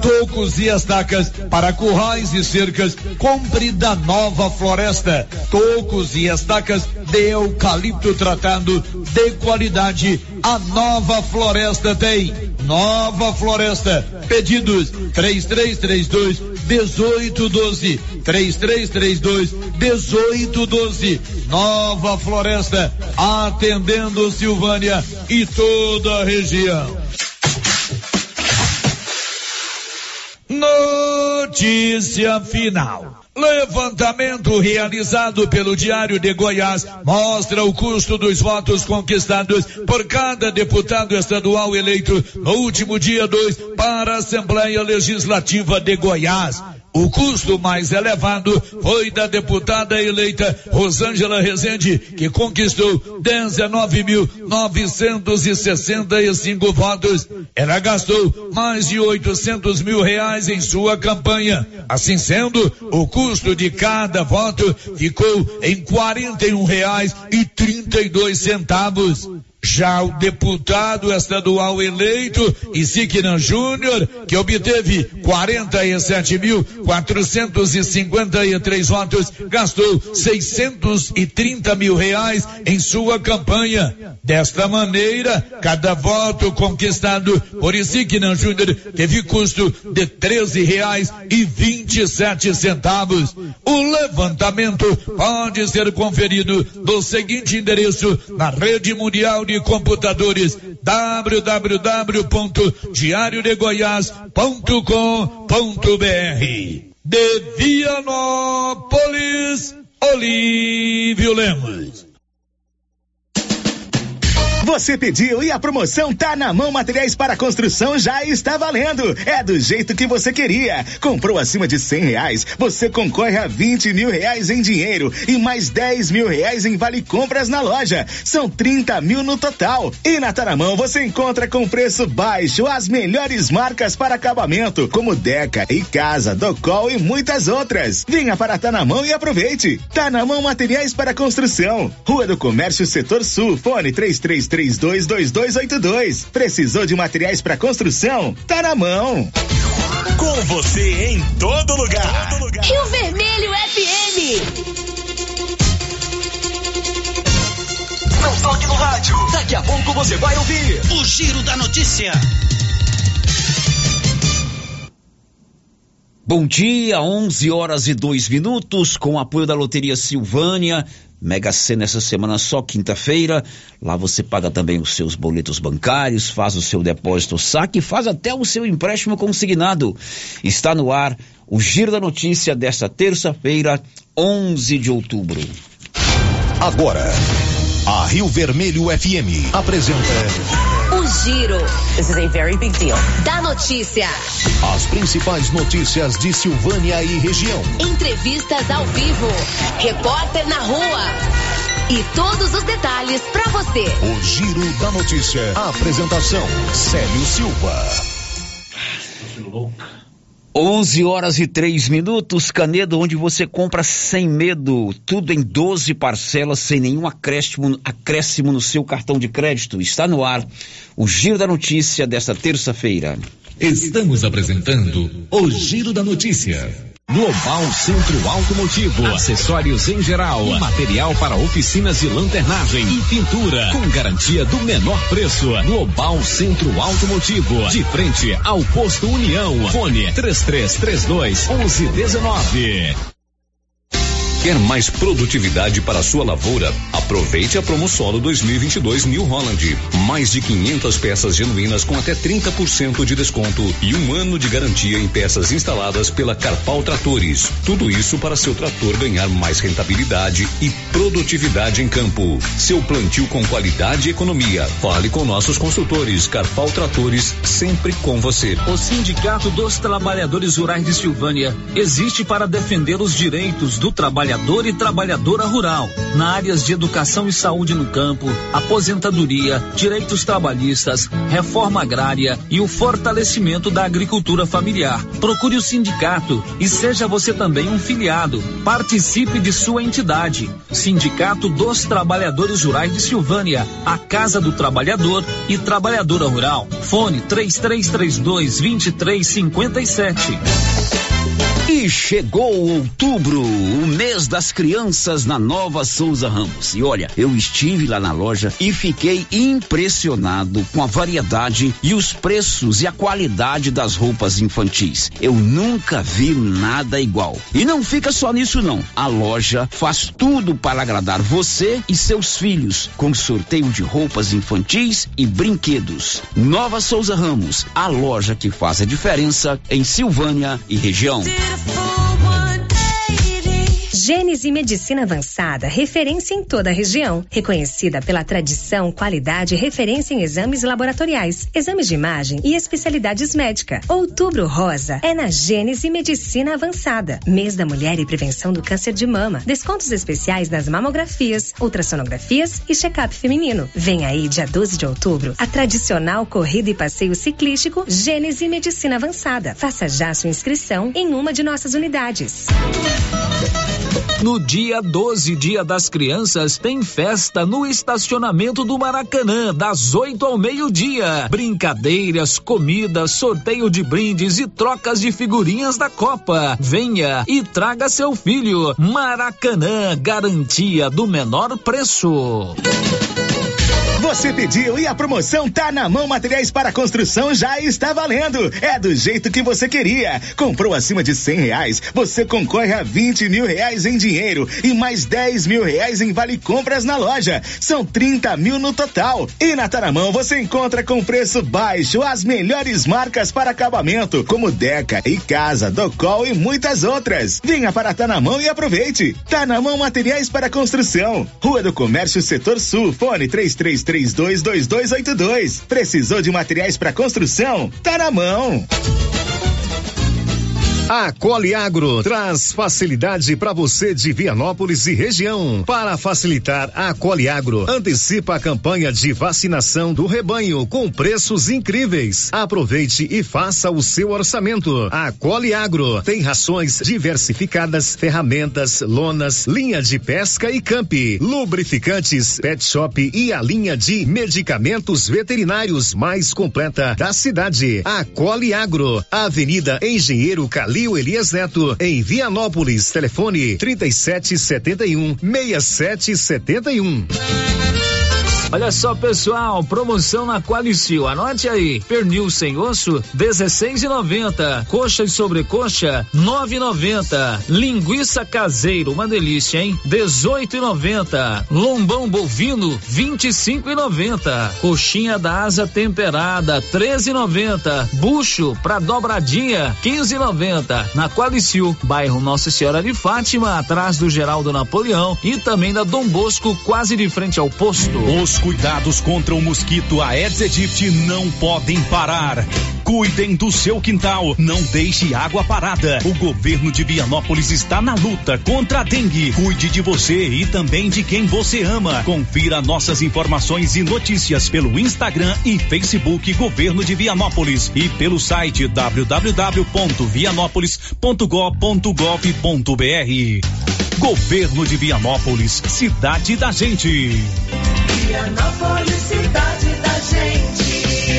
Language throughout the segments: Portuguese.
tocos e estacas para currais e cercas, compre da Nova Floresta. Tocos e estacas de eucalipto tratado de qualidade. A Nova Floresta tem. Nova Floresta. Pedidos 3332-1812. 3332-1812. Nova Floresta. Atendendo Silvânia e toda a região. Notícia final. Levantamento realizado pelo Diário de Goiás mostra o custo dos votos conquistados por cada deputado estadual eleito no último dia 2 para a Assembleia Legislativa de Goiás. O custo mais elevado foi da deputada eleita Rosângela Rezende, que conquistou 19.965 votos. Ela gastou mais de R$800 mil em sua campanha. Assim sendo, o custo de cada voto ficou em R$41,32. Já o deputado estadual eleito, Isiquiran Júnior, que obteve 47.453 votos, gastou R$630 mil em sua campanha. Desta maneira, cada voto conquistado por Isiquiran Júnior teve custo de R$13,27. O levantamento pode ser conferido no seguinte endereço na rede mundial de computadores www.diariodegoias.com.br. De Vianópolis, Olívio Lemos. Você pediu e a promoção Tá na Mão Materiais para Construção já está valendo. É do jeito que você queria. Comprou acima de R$100, você concorre a R$20 mil em dinheiro e mais R$10 mil em vale compras na loja. São 30 mil no total. E na Tá na Mão você encontra com preço baixo as melhores marcas para acabamento, como Deca, Icasa, Docol e muitas outras. Venha para Tá na Mão e aproveite. Tá na Mão Materiais para Construção. Rua do Comércio, Setor Sul. Fone 33322282. Precisou de materiais para construção? Tá na mão. Com você em todo lugar. Rio Vermelho FM. Não toque no rádio. Daqui a pouco você vai ouvir o Giro da Notícia. Bom dia, 11h02, com o apoio da Loteria Silvânia. Mega Sena essa semana só quinta-feira. Lá você paga também os seus boletos bancários, faz o seu depósito, saque e faz até o seu empréstimo consignado. Está no ar o Giro da Notícia desta terça-feira, 11 de outubro. Agora, a Rio Vermelho FM apresenta o Giro. This is a very big deal. Da notícia. As principais notícias de Silvânia e região. Entrevistas ao vivo. Repórter na rua. E todos os detalhes pra você. O Giro da Notícia. A apresentação: Célio Silva. 11h03, Canedo, onde você compra sem medo, tudo em 12 parcelas, sem nenhum acréscimo no seu cartão de crédito. Está no ar o Giro da Notícia desta terça-feira. Estamos apresentando o Giro da Notícia. Global Centro Automotivo, acessórios em geral, material para oficinas de lanternagem e pintura, com garantia do menor preço. Global Centro Automotivo, de frente ao Posto União. Fone 3332-1119. Quer mais produtividade para a sua lavoura? Aproveite a Promosolo 2022 New Holland. Mais de 500 peças genuínas com até 30% de desconto e 1 ano de garantia em peças instaladas pela Carpal Tratores. Tudo isso para seu trator ganhar mais rentabilidade e produtividade em campo. Seu plantio com qualidade e economia. Fale com nossos consultores. Carpal Tratores, sempre com você. O Sindicato dos Trabalhadores Rurais de Silvânia existe para defender os direitos do trabalhador trabalhador e trabalhadora rural, na áreas de educação e saúde no campo, aposentadoria, direitos trabalhistas, reforma agrária e o fortalecimento da agricultura familiar. Procure o sindicato e seja você também um filiado. Participe de sua entidade. Sindicato dos Trabalhadores Rurais de Silvânia, a Casa do Trabalhador e Trabalhadora Rural. Fone 3332-2357. E chegou outubro, o mês das crianças na Nova Souza Ramos. E olha, eu estive lá na loja e fiquei impressionado com a variedade e os preços e a qualidade das roupas infantis. Eu nunca vi nada igual. E não fica só nisso não. A loja faz tudo para agradar você e seus filhos, com sorteio de roupas infantis e brinquedos. Nova Souza Ramos, a loja que faz a diferença em Silvânia e região. Gênese Medicina Avançada, referência em toda a região. Reconhecida pela tradição, qualidade e referência em exames laboratoriais, exames de imagem e especialidades médicas. Outubro Rosa é na Gênese Medicina Avançada. Mês da Mulher e Prevenção do Câncer de Mama. Descontos especiais nas mamografias, ultrassonografias e check-up feminino. Vem aí, dia 12 de outubro, a tradicional corrida e passeio ciclístico Gênese Medicina Avançada. Faça já sua inscrição em uma de nossas unidades. No dia 12, Dia das Crianças, tem festa no estacionamento do Maracanã, das 8 ao meio-dia. Brincadeiras, comida, sorteio de brindes e trocas de figurinhas da Copa. Venha e traga seu filho. Maracanã, garantia do menor preço. Você pediu e a promoção Tá na Mão Materiais para Construção já está valendo. É do jeito que você queria. Comprou acima de R$100, você concorre a R$20 mil em dinheiro e mais R$10 mil em vale compras na loja. São 30 mil no total. E na Tá na Mão você encontra com preço baixo as melhores marcas para acabamento, como Deca, Icasa, Docol e muitas outras. Venha para Tá na Mão e aproveite. Tá na Mão Materiais para Construção. Rua do Comércio, Setor Sul. Fone 33322282. Precisou de materiais para construção? Tá na mão. A Qualiagro traz facilidade para você de Vianópolis e região. Para facilitar, a Qualiagro antecipa a campanha de vacinação do rebanho com preços incríveis. Aproveite e faça o seu orçamento. A Qualiagro tem rações diversificadas, ferramentas, lonas, linha de pesca e camp, lubrificantes, pet shop e a linha de medicamentos veterinários mais completa da cidade. A Qualiagro, Avenida Engenheiro Calil Elias Neto, em Vianópolis. Telefone 3771-6771. Olha só, pessoal, promoção na Qualicil, anote aí. Pernil sem osso, R$16,90. Coxa e sobrecoxa, R$9,90. Linguiça caseiro, uma delícia, hein? R$18,90. Lombão bovino, R$25,90. Coxinha da asa temperada, R$13,90. Bucho pra dobradinha, R$15,90. Na Qualicil, bairro Nossa Senhora de Fátima, atrás do Geraldo Napoleão e também da Dom Bosco, quase de frente ao posto. Os cuidados contra o mosquito Aedes aegypti não podem parar. Cuidem do seu quintal, não deixe água parada. O governo de Vianópolis está na luta contra a dengue. Cuide de você e também de quem você ama. Confira nossas informações e notícias pelo Instagram e Facebook Governo de Vianópolis e pelo site www.vianópolis.gov.br. Governo de Vianópolis, cidade da gente. Vianópolis, cidade da gente.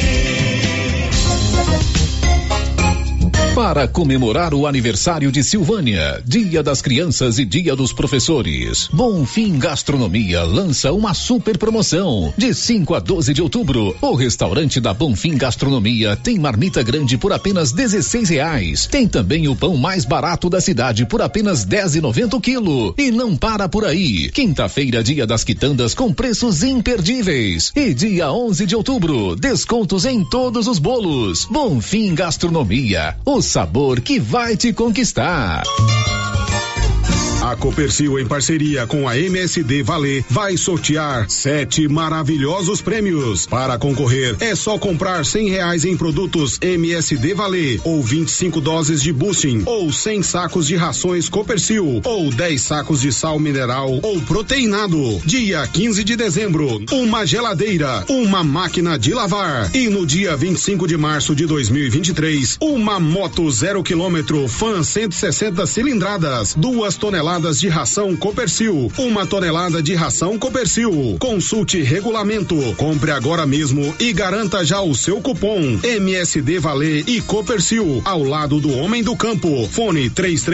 Para comemorar o aniversário de Silvânia, Dia das Crianças e Dia dos Professores, Bonfim Gastronomia lança uma super promoção. De 5 a 12 de outubro, o restaurante da Bonfim Gastronomia tem marmita grande por apenas R$16. Tem também o pão mais barato da cidade por apenas R$10,90 o quilo. E não para por aí. Quinta-feira, Dia das Quitandas com preços imperdíveis. E dia 11 de outubro, descontos em todos os bolos. Bonfim Gastronomia, o sabor que vai te conquistar. A Copercil, em parceria com a MSD Valer, vai sortear 7 maravilhosos prêmios. Para concorrer, é só comprar R$100 em produtos MSD Valer, ou 25 doses de boosting, ou 100 sacos de rações Copercil, ou 10 sacos de sal mineral ou proteinado. Dia 15 de dezembro, uma geladeira, uma máquina de lavar. E no dia 25 de março de 2023, uma moto 0 km Fan 160 cilindradas, 2 toneladas de ração Copercil, 1 tonelada de ração Copercil. Consulte regulamento, compre agora mesmo e garanta já o seu cupom MSD Valer e Copercil, ao lado do homem do campo. Fone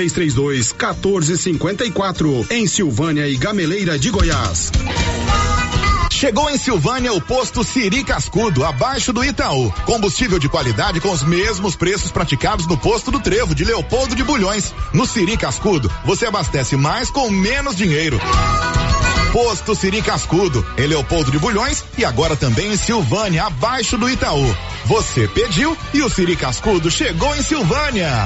3332-1454, em Silvânia e Gameleira de Goiás. Chegou em Silvânia o posto Siri Cascudo, abaixo do Itaú. Combustível de qualidade com os mesmos preços praticados no posto do Trevo, de Leopoldo de Bulhões. No Siri Cascudo, você abastece mais com menos dinheiro. Posto Siri Cascudo, em Leopoldo de Bulhões e agora também em Silvânia, abaixo do Itaú. Você pediu e o Siri Cascudo chegou em Silvânia.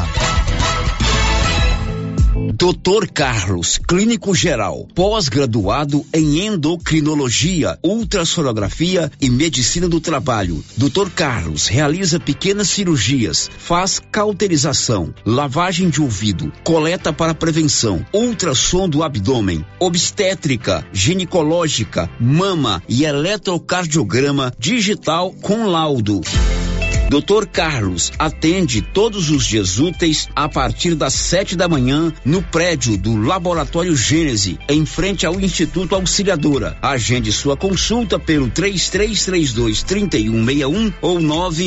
Dr. Carlos, clínico geral, pós-graduado em endocrinologia, ultrassonografia e medicina do trabalho. Dr. Carlos realiza pequenas cirurgias, faz cauterização, lavagem de ouvido, coleta para prevenção, ultrassom do abdômen, obstétrica, ginecológica, mama e eletrocardiograma digital com laudo. Dr. Carlos atende todos os dias úteis a partir das 7 da manhã no prédio do Laboratório Gênese, em frente ao Instituto Auxiliadora. Agende sua consulta pelo 3332-3161 ou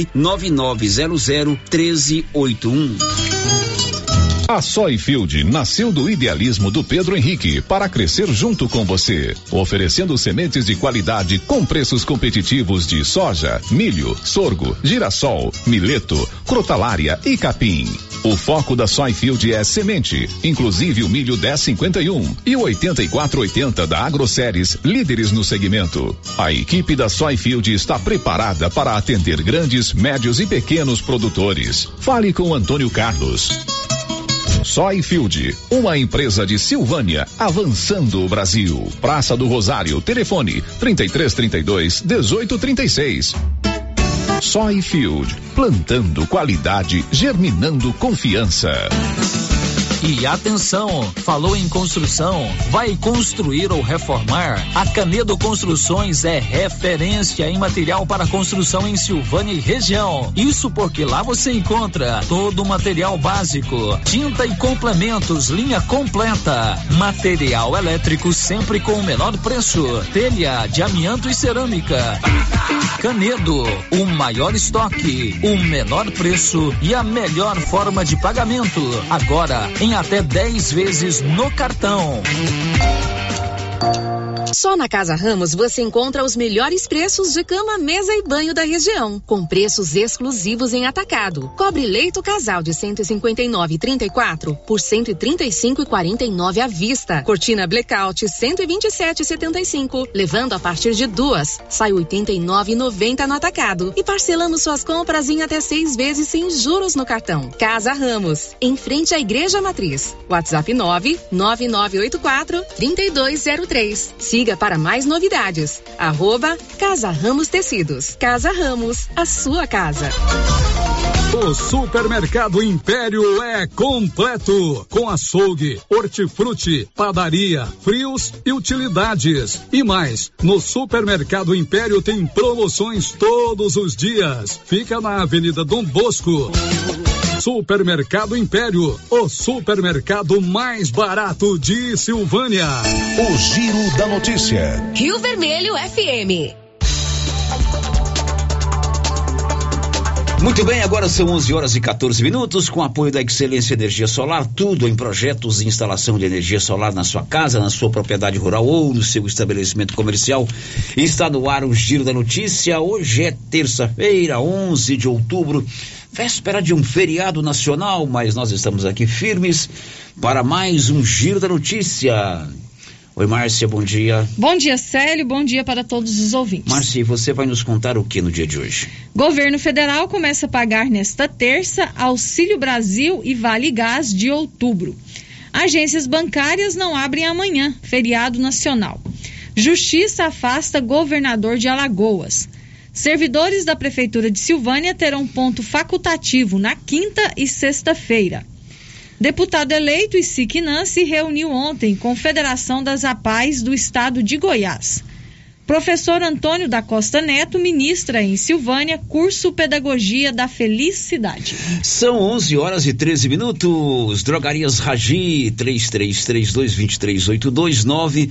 99900-1381. A Soyfield nasceu do idealismo do Pedro Henrique para crescer junto com você, oferecendo sementes de qualidade com preços competitivos de soja, milho, sorgo, girassol, mileto, crotalária e capim. O foco da Soyfield é semente, inclusive o milho 1051 e o 8480 da AgroSéries, líderes no segmento. A equipe da Soyfield está preparada para atender grandes, médios e pequenos produtores. Fale com Antônio Carlos. Soyfield, uma empresa de Silvânia, avançando o Brasil. Praça do Rosário, telefone 3332-1836. Soyfield, plantando qualidade, germinando confiança. E atenção, falou em construção, vai construir ou reformar? A Canedo Construções é referência em material para construção em Silvânia e região. Isso porque lá você encontra todo o material básico, tinta e complementos, linha completa, material elétrico sempre com o menor preço, telha de amianto e cerâmica. Canedo, o maior estoque, o menor preço e a melhor forma de pagamento. Agora em até 10 vezes no cartão. Só na Casa Ramos você encontra os melhores preços de cama, mesa e banho da região, com preços exclusivos em atacado. Cobre leito casal de 159,34 por 135,49 à vista. Cortina blackout 127,75, levando a partir de 2, sai 89,90 no atacado e parcelamos suas compras em até 6 vezes sem juros no cartão. Casa Ramos, em frente à Igreja Matriz. WhatsApp 99984-3203. Siga para mais novidades. @Casa Ramos Tecidos. Casa Ramos, a sua casa. O Supermercado Império é completo, com açougue, hortifruti, padaria, frios e utilidades. E mais, no Supermercado Império tem promoções todos os dias. Fica na Avenida Dom Bosco. Supermercado Império, o supermercado mais barato de Silvânia. O Giro da Notícia. Rio Vermelho FM. Muito bem, agora são 11h14, com apoio da Excelência Energia Solar, tudo em projetos de instalação de energia solar na sua casa, na sua propriedade rural ou no seu estabelecimento comercial. Está no ar o Giro da Notícia. Hoje é terça-feira, 11 de outubro, véspera de um feriado nacional, mas nós estamos aqui firmes para mais um Giro da Notícia. Oi, Márcia, bom dia. Bom dia, Célio, bom dia para todos os ouvintes. Márcia, você vai nos contar o que no dia de hoje? Governo Federal começa a pagar nesta terça Auxílio Brasil e Vale Gás de outubro. Agências bancárias não abrem amanhã, feriado nacional. Justiça afasta governador de Alagoas. Servidores da Prefeitura de Silvânia terão ponto facultativo na quinta e sexta-feira. Deputado eleito Isiquinã se reuniu ontem com Federação das APAES do Estado de Goiás. Professor Antônio da Costa Neto ministra em Silvânia curso Pedagogia da Felicidade. São 11h13. Drogarias Ragi, 3332-2382,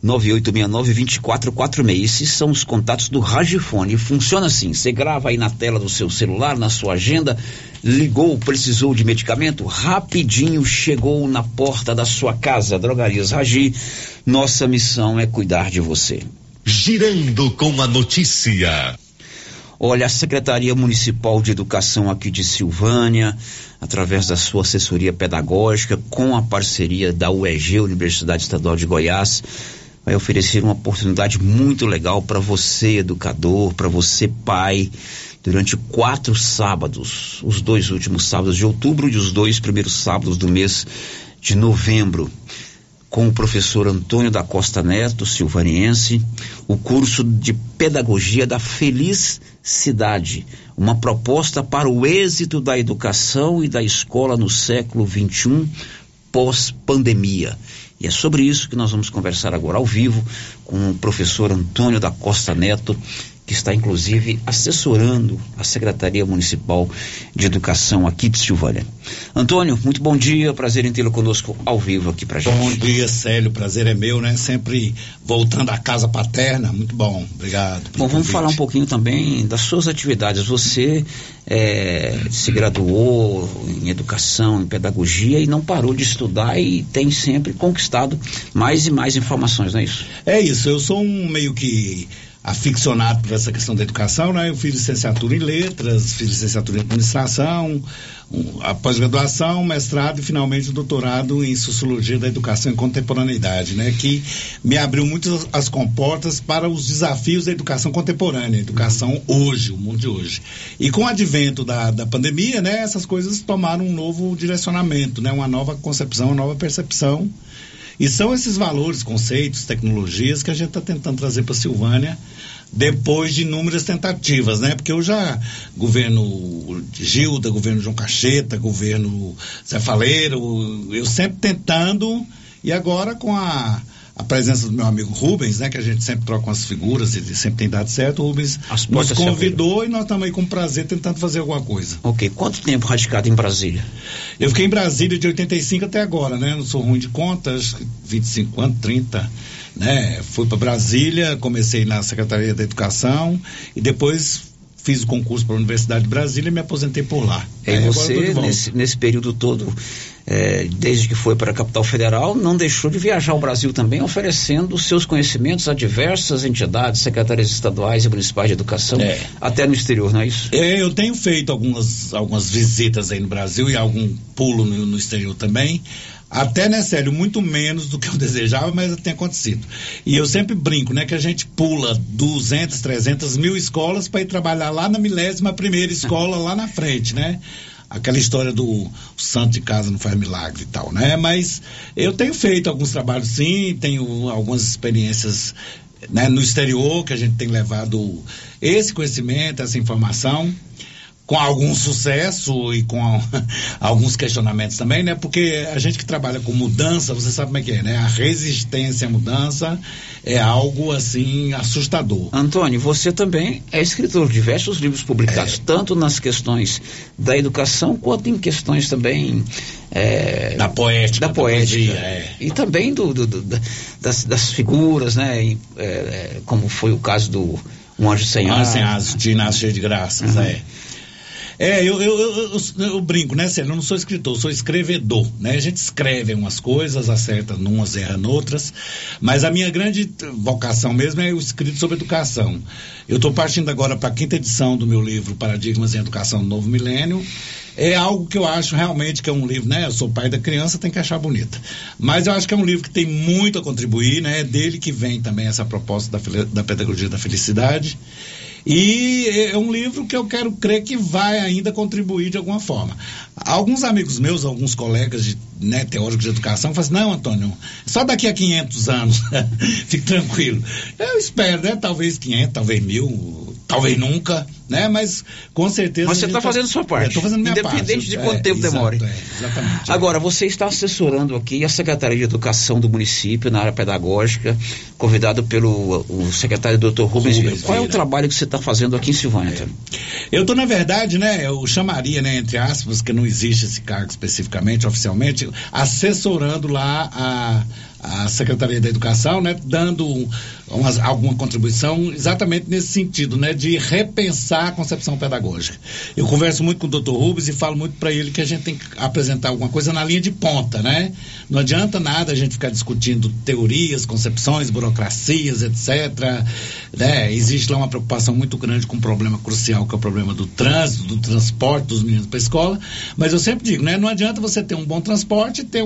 99869-2446. Esses são os contatos do Ragifone. Funciona assim, você grava aí na tela do seu celular, na sua agenda, ligou, precisou de medicamento, rapidinho chegou na porta da sua casa. Drogarias Ragi, nossa missão é cuidar de você. Girando com a notícia. Olha, a Secretaria Municipal de Educação aqui de Silvânia, através da sua assessoria pedagógica, com a parceria da UEG, Universidade Estadual de Goiás, vai oferecer uma oportunidade muito legal para você, educador, para você, pai, durante 4 sábados, os 2 últimos sábados de outubro e os 2 primeiros sábados do mês de novembro, com o professor Antônio da Costa Neto, silvaniense, o curso de Pedagogia da Felicidade, uma proposta para o êxito da educação e da escola no século XXI, pós-pandemia. E é sobre isso que nós vamos conversar agora ao vivo com o professor Antônio da Costa Neto, que está inclusive assessorando a Secretaria Municipal de Educação aqui de Silvânia. Antônio, muito bom dia, prazer em tê-lo conosco ao vivo aqui pra gente. Bom dia, Célio, prazer é meu, né? Sempre voltando à casa paterna, muito bom, obrigado. Bom, vamos falar um pouquinho também das suas atividades. Você se graduou em educação, em pedagogia e não parou de estudar e tem sempre conquistado mais e mais informações, não é isso? É isso, eu sou um meio que aficionado por essa questão da educação, né? Eu fiz licenciatura em letras, fiz licenciatura em administração, a pós-graduação, mestrado e finalmente o doutorado em sociologia da educação e contemporaneidade, né? Que me abriu muito as comportas para os desafios da educação contemporânea, a educação hoje, o mundo de hoje. E com o advento da pandemia, né? Essas coisas tomaram um novo direcionamento, né? Uma nova concepção, uma nova percepção. E são esses valores, conceitos, tecnologias que a gente está tentando trazer para Silvânia depois de inúmeras tentativas, né? Porque eu já, governo Gilda, governo João Cacheta, governo Zé Faleiro, eu sempre tentando, e agora com a presença do meu amigo Rubens, né? Que a gente sempre troca umas figuras, ele sempre tem dado certo, o Rubens nos convidou e nós estamos aí com prazer tentando fazer alguma coisa. Ok, quanto tempo radicado em Brasília? Eu fiquei em Brasília de 85 até agora, né? Não sou ruim de contas, 25 anos, 30, né? Fui para Brasília, comecei na Secretaria da Educação e depois fiz o concurso para a Universidade de Brasília e me aposentei por lá. E você, nesse período todo, desde que foi para a capital federal, não deixou de viajar ao Brasil também, oferecendo os seus conhecimentos a diversas entidades, secretarias estaduais e municipais de educação, até no exterior, não é isso? Eu tenho feito algumas visitas aí no Brasil e algum pulo no exterior também. Até, né, Célio, muito menos do que eu desejava, mas tem acontecido. E eu sempre brinco, né, que a gente pula 200, 300 mil escolas para ir trabalhar lá na 11ª escola, lá na frente, né? Aquela história do santo de casa não faz milagre e tal, né? Mas eu tenho feito alguns trabalhos, sim, tenho algumas experiências, né, no exterior, que a gente tem levado esse conhecimento, essa informação, com algum sucesso e com alguns questionamentos também, né? Porque a gente que trabalha com mudança, você sabe como é que é, né? A resistência à mudança é algo, assim, assustador. Antônio, você também é escritor de diversos livros publicados, tanto nas questões da educação, quanto em questões também da poética. Da poética. E também das figuras, né? Como foi o caso do Um Anjo Sem Asas. Sem Asas, de Inácio Cheio de Graças, eu brinco, né, Célio? Eu não sou escritor, eu sou escrevedor, né? A gente escreve umas coisas, acerta numas, erra noutras, mas a minha grande vocação mesmo é o escrito sobre educação. Eu estou partindo agora para a 5ª edição do meu livro Paradigmas em Educação do Novo Milênio. É algo que eu acho realmente que é um livro, né? Eu sou pai da criança, tem que achar bonita. Mas eu acho que é um livro que tem muito a contribuir, né? É dele que vem também essa proposta da pedagogia da felicidade. E é um livro que eu quero crer que vai ainda contribuir de alguma forma. Alguns amigos meus, alguns colegas teóricos de educação, falam assim, não, Antônio, só daqui a 500 anos, fique tranquilo. Eu espero, né? Talvez 500, talvez 1000, talvez nunca, né? Mas com certeza... Mas você está fazendo sua parte. Estou fazendo minha parte. Independente de quanto tempo demore. Exatamente. Agora, você está assessorando aqui a Secretaria de Educação do município na área pedagógica, convidado pelo secretário Dr. Rubens Vieira. Qual é o trabalho que você está fazendo aqui em Silvânia? Eu estou, na verdade, eu chamaria, entre aspas, que não existe esse cargo especificamente, oficialmente, assessorando lá a Secretaria da Educação, dando alguma contribuição exatamente nesse sentido, de repensar a concepção pedagógica. Eu converso muito com o Dr. Rubens e falo muito para ele que a gente tem que apresentar alguma coisa na linha de ponta, Não adianta nada a gente ficar discutindo teorias, concepções, burocracias, etc. Existe lá uma preocupação muito grande com um problema crucial, que é o problema do trânsito, do transporte dos meninos para a escola, mas eu sempre digo, não adianta você ter um bom transporte e ter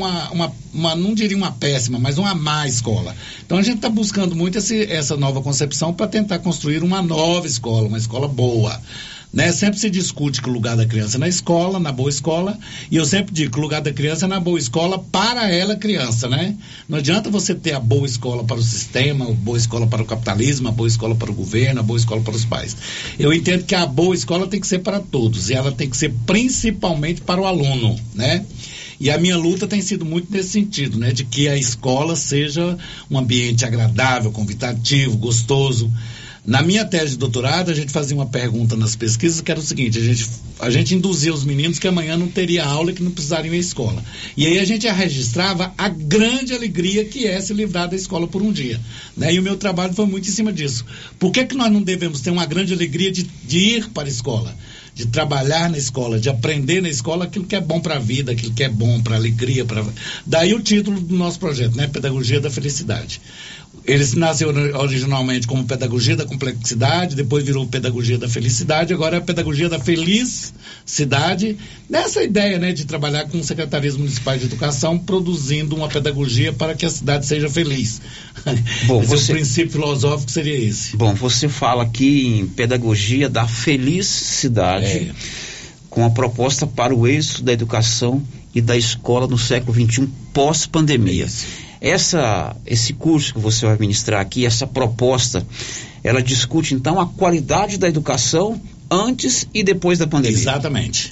não diria uma péssima, mas uma má escola. Então a gente está buscando muito essa nova concepção para tentar construir uma nova escola, uma escola boa. Sempre se discute que o lugar da criança é na escola, na boa escola, e eu sempre digo que o lugar da criança é na boa escola para ela, criança, Não adianta você ter a boa escola para o sistema, a boa escola para o capitalismo, a boa escola para o governo, a boa escola para os pais. Eu entendo que a boa escola tem que ser para todos, e ela tem que ser principalmente para o aluno, E a minha luta tem sido muito nesse sentido, de que a escola seja um ambiente agradável, convidativo, gostoso. Na minha tese de doutorado, a gente fazia uma pergunta nas pesquisas que era o seguinte, a gente induzia os meninos que amanhã não teria aula e que não precisariam ir à escola. E aí a gente registrava a grande alegria que é se livrar da escola por um dia. E o meu trabalho foi muito em cima disso. Por que nós não devemos ter uma grande alegria de ir para a escola? De trabalhar na escola, de aprender na escola aquilo que é bom para a vida, aquilo que é bom para a alegria. Daí o título do nosso projeto, Pedagogia da Felicidade. Ele nasceu originalmente como Pedagogia da Complexidade, depois virou Pedagogia da Felicidade, agora é a Pedagogia da Felicidade, nessa ideia de trabalhar com secretarias municipais de educação, produzindo uma pedagogia para que a cidade seja feliz. Bom, o princípio filosófico seria esse. Bom, você fala aqui em Pedagogia da Felicidade, com a proposta para o êxito da educação e da escola no século XXI pós-pandemia. Esse curso que você vai ministrar aqui, essa proposta, ela discute então a qualidade da educação antes e depois da pandemia. Exatamente.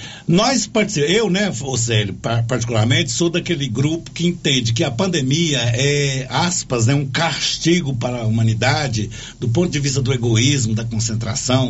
Eu, Célio, particularmente, sou daquele grupo que entende que a pandemia é, aspas, um castigo para a humanidade, do ponto de vista do egoísmo, da concentração,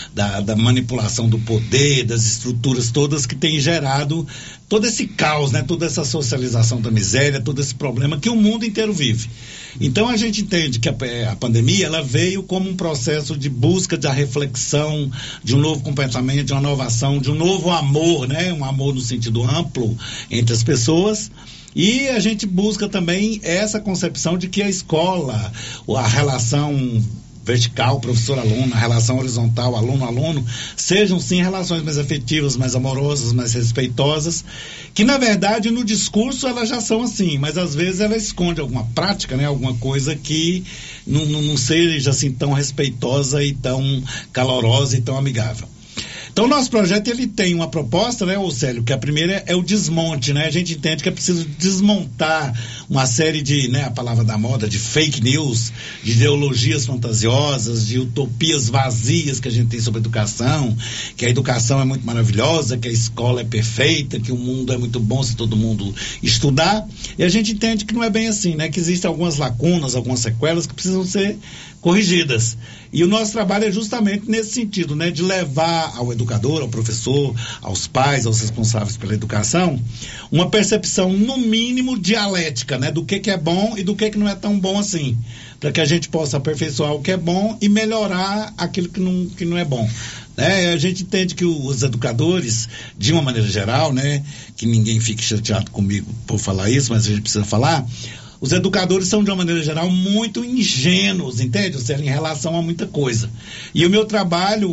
da manipulação do poder, das estruturas todas que têm gerado todo esse caos, toda essa socialização da miséria, todo esse problema que o mundo inteiro vive. Então a gente entende que a pandemia ela veio como um processo de busca da reflexão, de um novo comportamento, de uma inovação, de um novo amor, um amor no sentido amplo entre as pessoas. E a gente busca também essa concepção de que a escola, a relação vertical, professor-aluno, a relação horizontal, aluno-aluno, sejam sim relações mais afetivas, mais amorosas, mais respeitosas, que na verdade no discurso elas já são assim, mas às vezes ela esconde alguma prática, alguma coisa que não seja assim tão respeitosa e tão calorosa e tão amigável. Então, o nosso projeto, ele tem uma proposta, Célio, que a primeira é o desmonte, A gente entende que é preciso desmontar uma série de, a palavra da moda, de fake news, de ideologias fantasiosas, de utopias vazias que a gente tem sobre a educação, que a educação é muito maravilhosa, que a escola é perfeita, que o mundo é muito bom se todo mundo estudar. E a gente entende que não é bem assim, que existem algumas lacunas, algumas sequelas que precisam ser corrigidas. E o nosso trabalho é justamente nesse sentido, de levar ao educador, ao professor, aos pais, aos responsáveis pela educação, uma percepção, no mínimo, dialética, do que é bom e do que não é tão bom assim, para que a gente possa aperfeiçoar o que é bom e melhorar aquilo que não é bom. A gente entende que os educadores, de uma maneira geral, que ninguém fique chateado comigo por falar isso, mas a gente precisa falar, os educadores são, de uma maneira geral, muito ingênuos, entende? Ou seja, em relação a muita coisa. E o meu trabalho,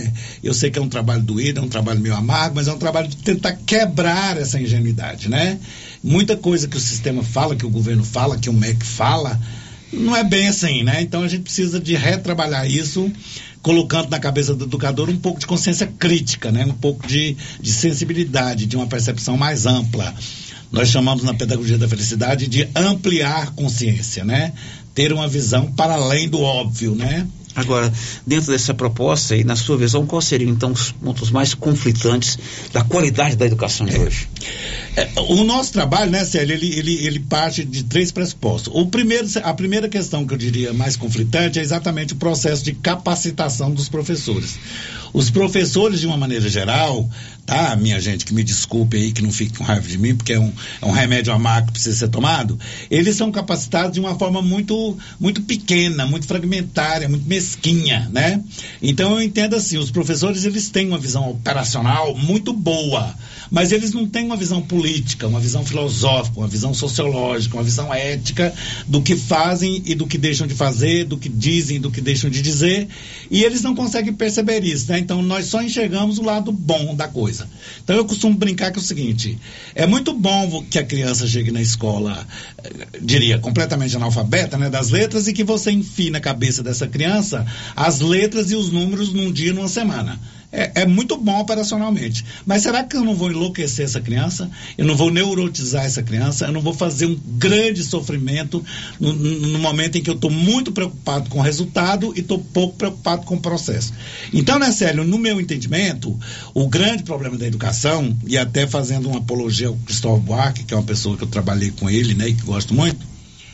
eu sei que é um trabalho doído, é um trabalho meio amargo, mas é um trabalho de tentar quebrar essa ingenuidade, Muita coisa que o sistema fala, que o governo fala, que o MEC fala, não é bem assim, né? Então a gente precisa de retrabalhar isso, colocando na cabeça do educador um pouco de consciência crítica, né? Um pouco de sensibilidade, de uma percepção mais ampla. Nós chamamos na pedagogia da felicidade de ampliar consciência, né? Ter uma visão para além do óbvio, né? Agora, dentro dessa proposta e na sua visão, quais seriam então os pontos mais conflitantes da qualidade da educação de hoje? O nosso trabalho, né, Célio, ele parte de 3 pressupostos. A primeira questão que eu diria mais conflitante é exatamente o processo de capacitação dos professores. Os professores, de uma maneira geral, tá, minha gente, que me desculpe aí, que não fique com raiva de mim, porque é um remédio amargo que precisa ser tomado, eles são capacitados de uma forma muito, muito pequena, muito fragmentária, muito mesquinha, né? Então eu entendo assim, os professores, eles têm uma visão operacional muito boa, mas eles não têm uma visão política, uma visão filosófica, uma visão sociológica, uma visão ética do que fazem e do que deixam de fazer, do que dizem e do que deixam de dizer, e eles não conseguem perceber isso, né? Então nós só enxergamos o lado bom da coisa. Então eu costumo brincar que é o seguinte, é muito bom que a criança chegue na escola, diria, completamente analfabeta, né, das letras, e que você enfie na cabeça dessa criança as letras e os números num dia, numa semana. É muito bom operacionalmente. Mas será que eu não vou enlouquecer essa criança? Eu não vou neurotizar essa criança? Eu não vou fazer um grande sofrimento no momento em que eu estou muito preocupado com o resultado e estou pouco preocupado com o processo? Então, né, Célio, no meu entendimento, o grande problema da educação, e até fazendo uma apologia ao Cristóvão Buarque, que é uma pessoa que eu trabalhei com ele, né, e que gosto muito,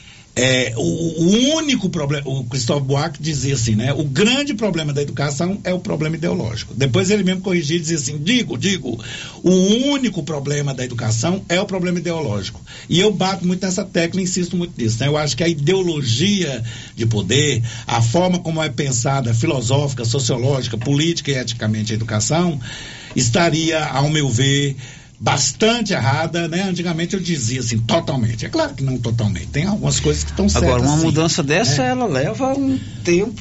o único problema, o Cristóvão Buarque dizia assim, né? O grande problema da educação é o problema ideológico. Depois ele mesmo corrigia e dizia assim, digo, o único problema da educação é o problema ideológico. E eu bato muito nessa tecla e insisto muito nisso, né? Eu acho que a ideologia de poder, a forma como é pensada, filosófica, sociológica, política e eticamente a educação, estaria, ao meu ver, bastante errada, né? Antigamente eu dizia assim, totalmente. É claro que não totalmente. Tem algumas coisas que estão certas. Agora, uma assim, mudança dessa, ela leva um tempo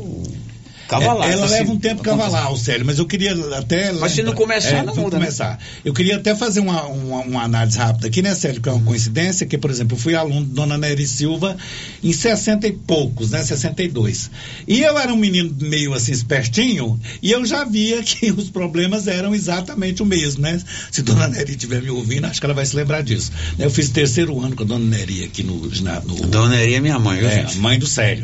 cavalar. Ela leva um tempo cavalar, Célio, mas eu queria até... Mas se não começar, não muda. Começar. Eu queria até fazer uma análise rápida aqui, né, Célio, que é uma coincidência, que, por exemplo, eu fui aluno de Dona Nery Silva em 60 e poucos, né, 62. E eu era um menino meio assim, espertinho, e eu já via que os problemas eram exatamente o mesmo, né? Se Dona Nery estiver me ouvindo, acho que ela vai se lembrar disso. Eu fiz 3º ano com a Dona Nery aqui no Dona Nery é minha mãe, gente? Mãe do Célio,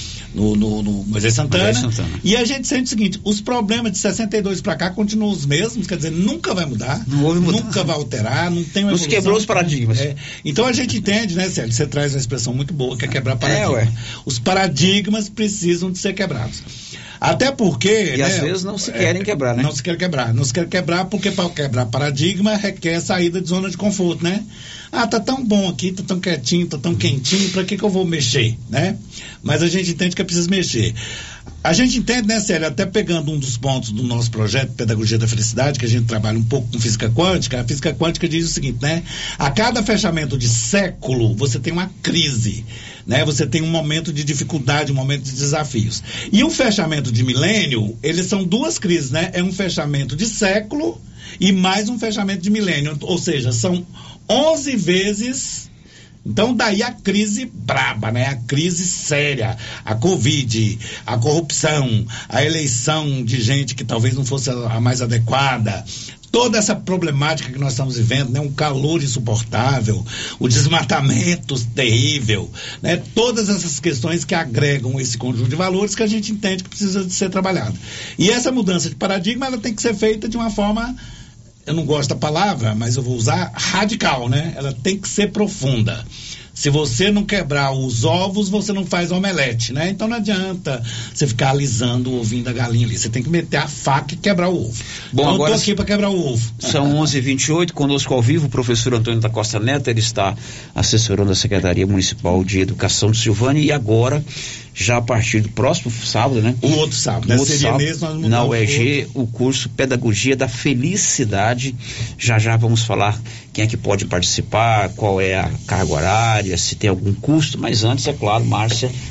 no Moisés Santana. E a gente sente o seguinte, os problemas de 62 para cá continuam os mesmos, quer dizer, nunca vai mudar, nunca vai alterar, não tem uma evolução. Nos quebrou os paradigmas. Então a gente entende, né, Célio, você traz uma expressão muito boa, que é quebrar paradigma. Os paradigmas precisam de ser quebrados. Até porque... E às vezes não se querem quebrar, né? Não se quer quebrar porque para quebrar paradigma requer saída de zona de conforto, né? Tá tão bom aqui, tá tão quietinho, tá tão quentinho, para que eu vou mexer, né? Mas a gente entende que é preciso mexer. A gente entende, né, Célio, até pegando um dos pontos do nosso projeto Pedagogia da Felicidade, que a gente trabalha um pouco com física quântica, a física quântica diz o seguinte, né? A cada fechamento de século, você tem uma crise, né? Você tem um momento de dificuldade, um momento de desafios. E o fechamento de milênio, eles são 2 crises, né? É um fechamento de século e mais um fechamento de milênio, ou seja, são 11 vezes... Então daí a crise braba, né? A crise séria, a Covid, a corrupção, a eleição de gente que talvez não fosse a mais adequada, toda essa problemática que nós estamos vivendo, né? Um calor insuportável, o desmatamento terrível, né? Todas essas questões que agregam esse conjunto de valores que a gente entende que precisa de ser trabalhado. E essa mudança de paradigma, ela tem que ser feita de uma forma... Eu não gosto da palavra, mas eu vou usar radical, né? Ela tem que ser profunda. Se você não quebrar os ovos, você não faz omelete, né? Então não adianta você ficar alisando o ovinho da galinha ali. Você tem que meter a faca e quebrar o ovo. Bom, então, agora eu tô aqui para quebrar o ovo. São 11h28, conosco ao vivo o professor Antônio da Costa Neto. Ele está assessorando a Secretaria Municipal de Educação de Silvânia e agora, já a partir do próximo sábado, né? O outro sábado, né? Na UEG, o curso Pedagogia da Felicidade. Já vamos falar quem é que pode participar, qual é a carga horária, se tem algum custo, mas antes, é claro, Márcia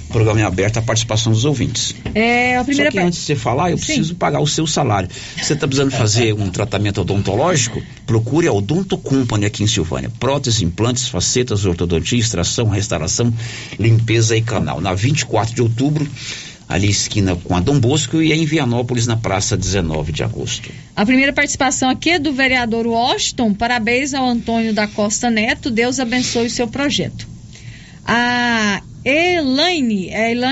O programa é aberto à participação dos ouvintes. A primeira Só que antes de você falar, eu preciso pagar o seu salário. Você está precisando fazer um tratamento odontológico? Procure a Odonto Company aqui em Silvânia. Próteses, implantes, facetas, ortodontia, extração, restauração, limpeza e canal. Na 24 de outubro, ali esquina com a Dom Bosco, e em Vianópolis, na praça 19 de agosto. A primeira participação aqui é do vereador Washington. Parabéns ao Antônio da Costa Neto. Deus abençoe o seu projeto. A Elaine,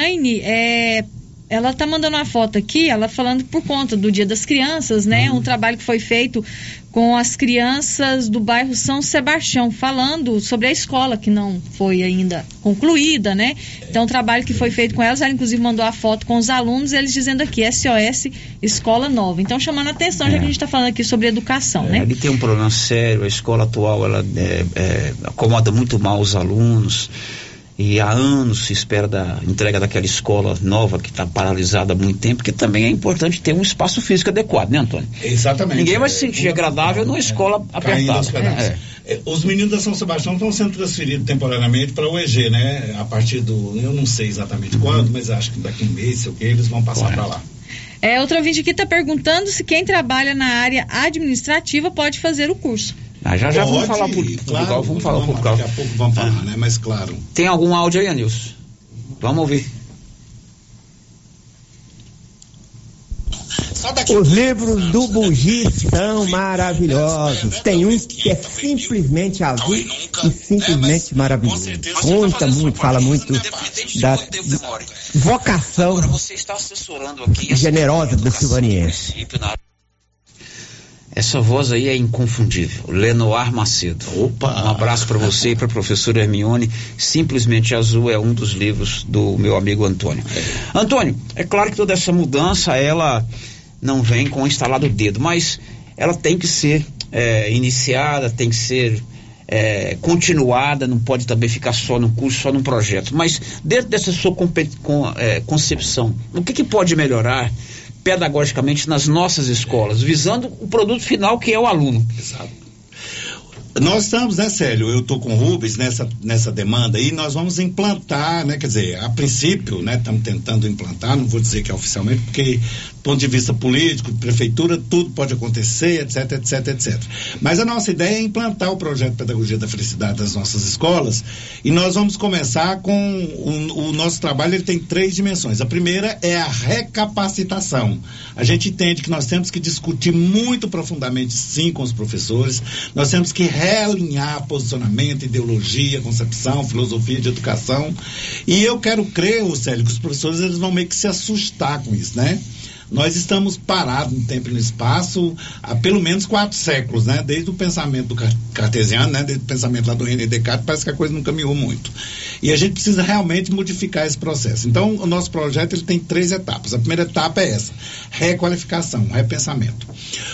ela tá mandando uma foto aqui, ela falando por conta do Dia das Crianças, né? Um trabalho que foi feito com as crianças do bairro São Sebastião, falando sobre a escola que não foi ainda concluída, né? Então, o trabalho que foi feito com elas, ela inclusive mandou a foto com os alunos, eles dizendo aqui, SOS Escola Nova. Então, chamando a atenção, já que a gente está falando aqui sobre educação, né? Ali tem um problema sério, a escola atual, ela acomoda muito mal os alunos, e há anos se espera da entrega daquela escola nova que está paralisada há muito tempo, porque também é importante ter um espaço físico adequado, né, Antônio? Exatamente. Ninguém vai se sentir agradável numa escola apertada. Os meninos da São Sebastião estão sendo transferidos temporariamente para o EG, né? A partir do, eu não sei exatamente quando, mas acho que daqui a um mês, sei o que, eles vão passar para lá. Outro ouvinte aqui está perguntando se quem trabalha na área administrativa pode fazer o curso. Já vamos falar por Portugal, vamos falar por Portugal. Daqui a pouco vamos falar, né? Mas claro. Tem algum áudio aí, Anilson? Vamos ouvir. Os livros do Bugi são maravilhosos. Tem um que é simplesmente azul e simplesmente maravilhoso. Conta muito, fala muito da vocação generosa do silvaniense. Essa voz aí é inconfundível. Lenoir Macedo. Opa! Um abraço para você e para a professora Hermione. Simplesmente Azul é um dos livros do meu amigo Antônio. Antônio, é claro que toda essa mudança, ela não vem com o instalado dedo, mas ela tem que ser iniciada, tem que ser continuada, não pode também ficar só num curso, só num projeto. Mas dentro dessa sua concepção, o que pode melhorar pedagogicamente nas nossas escolas, visando o produto final, que é o aluno? Exato. Nós estamos, né, Célio? Eu estou com o Rubens nessa demanda e nós vamos implantar, né? Quer dizer, a princípio, né? Estamos tentando implantar, não vou dizer que é oficialmente, porque do ponto de vista político, de prefeitura, tudo pode acontecer, etc, etc, etc. Mas a nossa ideia é implantar o projeto Pedagogia da Felicidade das nossas escolas, e nós vamos começar com o nosso trabalho. Ele tem 3 dimensões. A primeira é a recapacitação. A gente entende que nós temos que discutir muito profundamente, sim, com os professores. Nós temos que realinhar posicionamento, ideologia, concepção, filosofia de educação. E eu quero crer, Célio, que os professores eles vão meio que se assustar com isso, né? Nós estamos parados no tempo e no espaço há pelo menos 4 séculos, né? Desde o pensamento do cartesiano, né? Desde o pensamento lá do René Descartes, parece que a coisa não caminhou muito. E a gente precisa realmente modificar esse processo. Então, o nosso projeto ele tem 3 etapas. A primeira etapa é essa: requalificação, repensamento.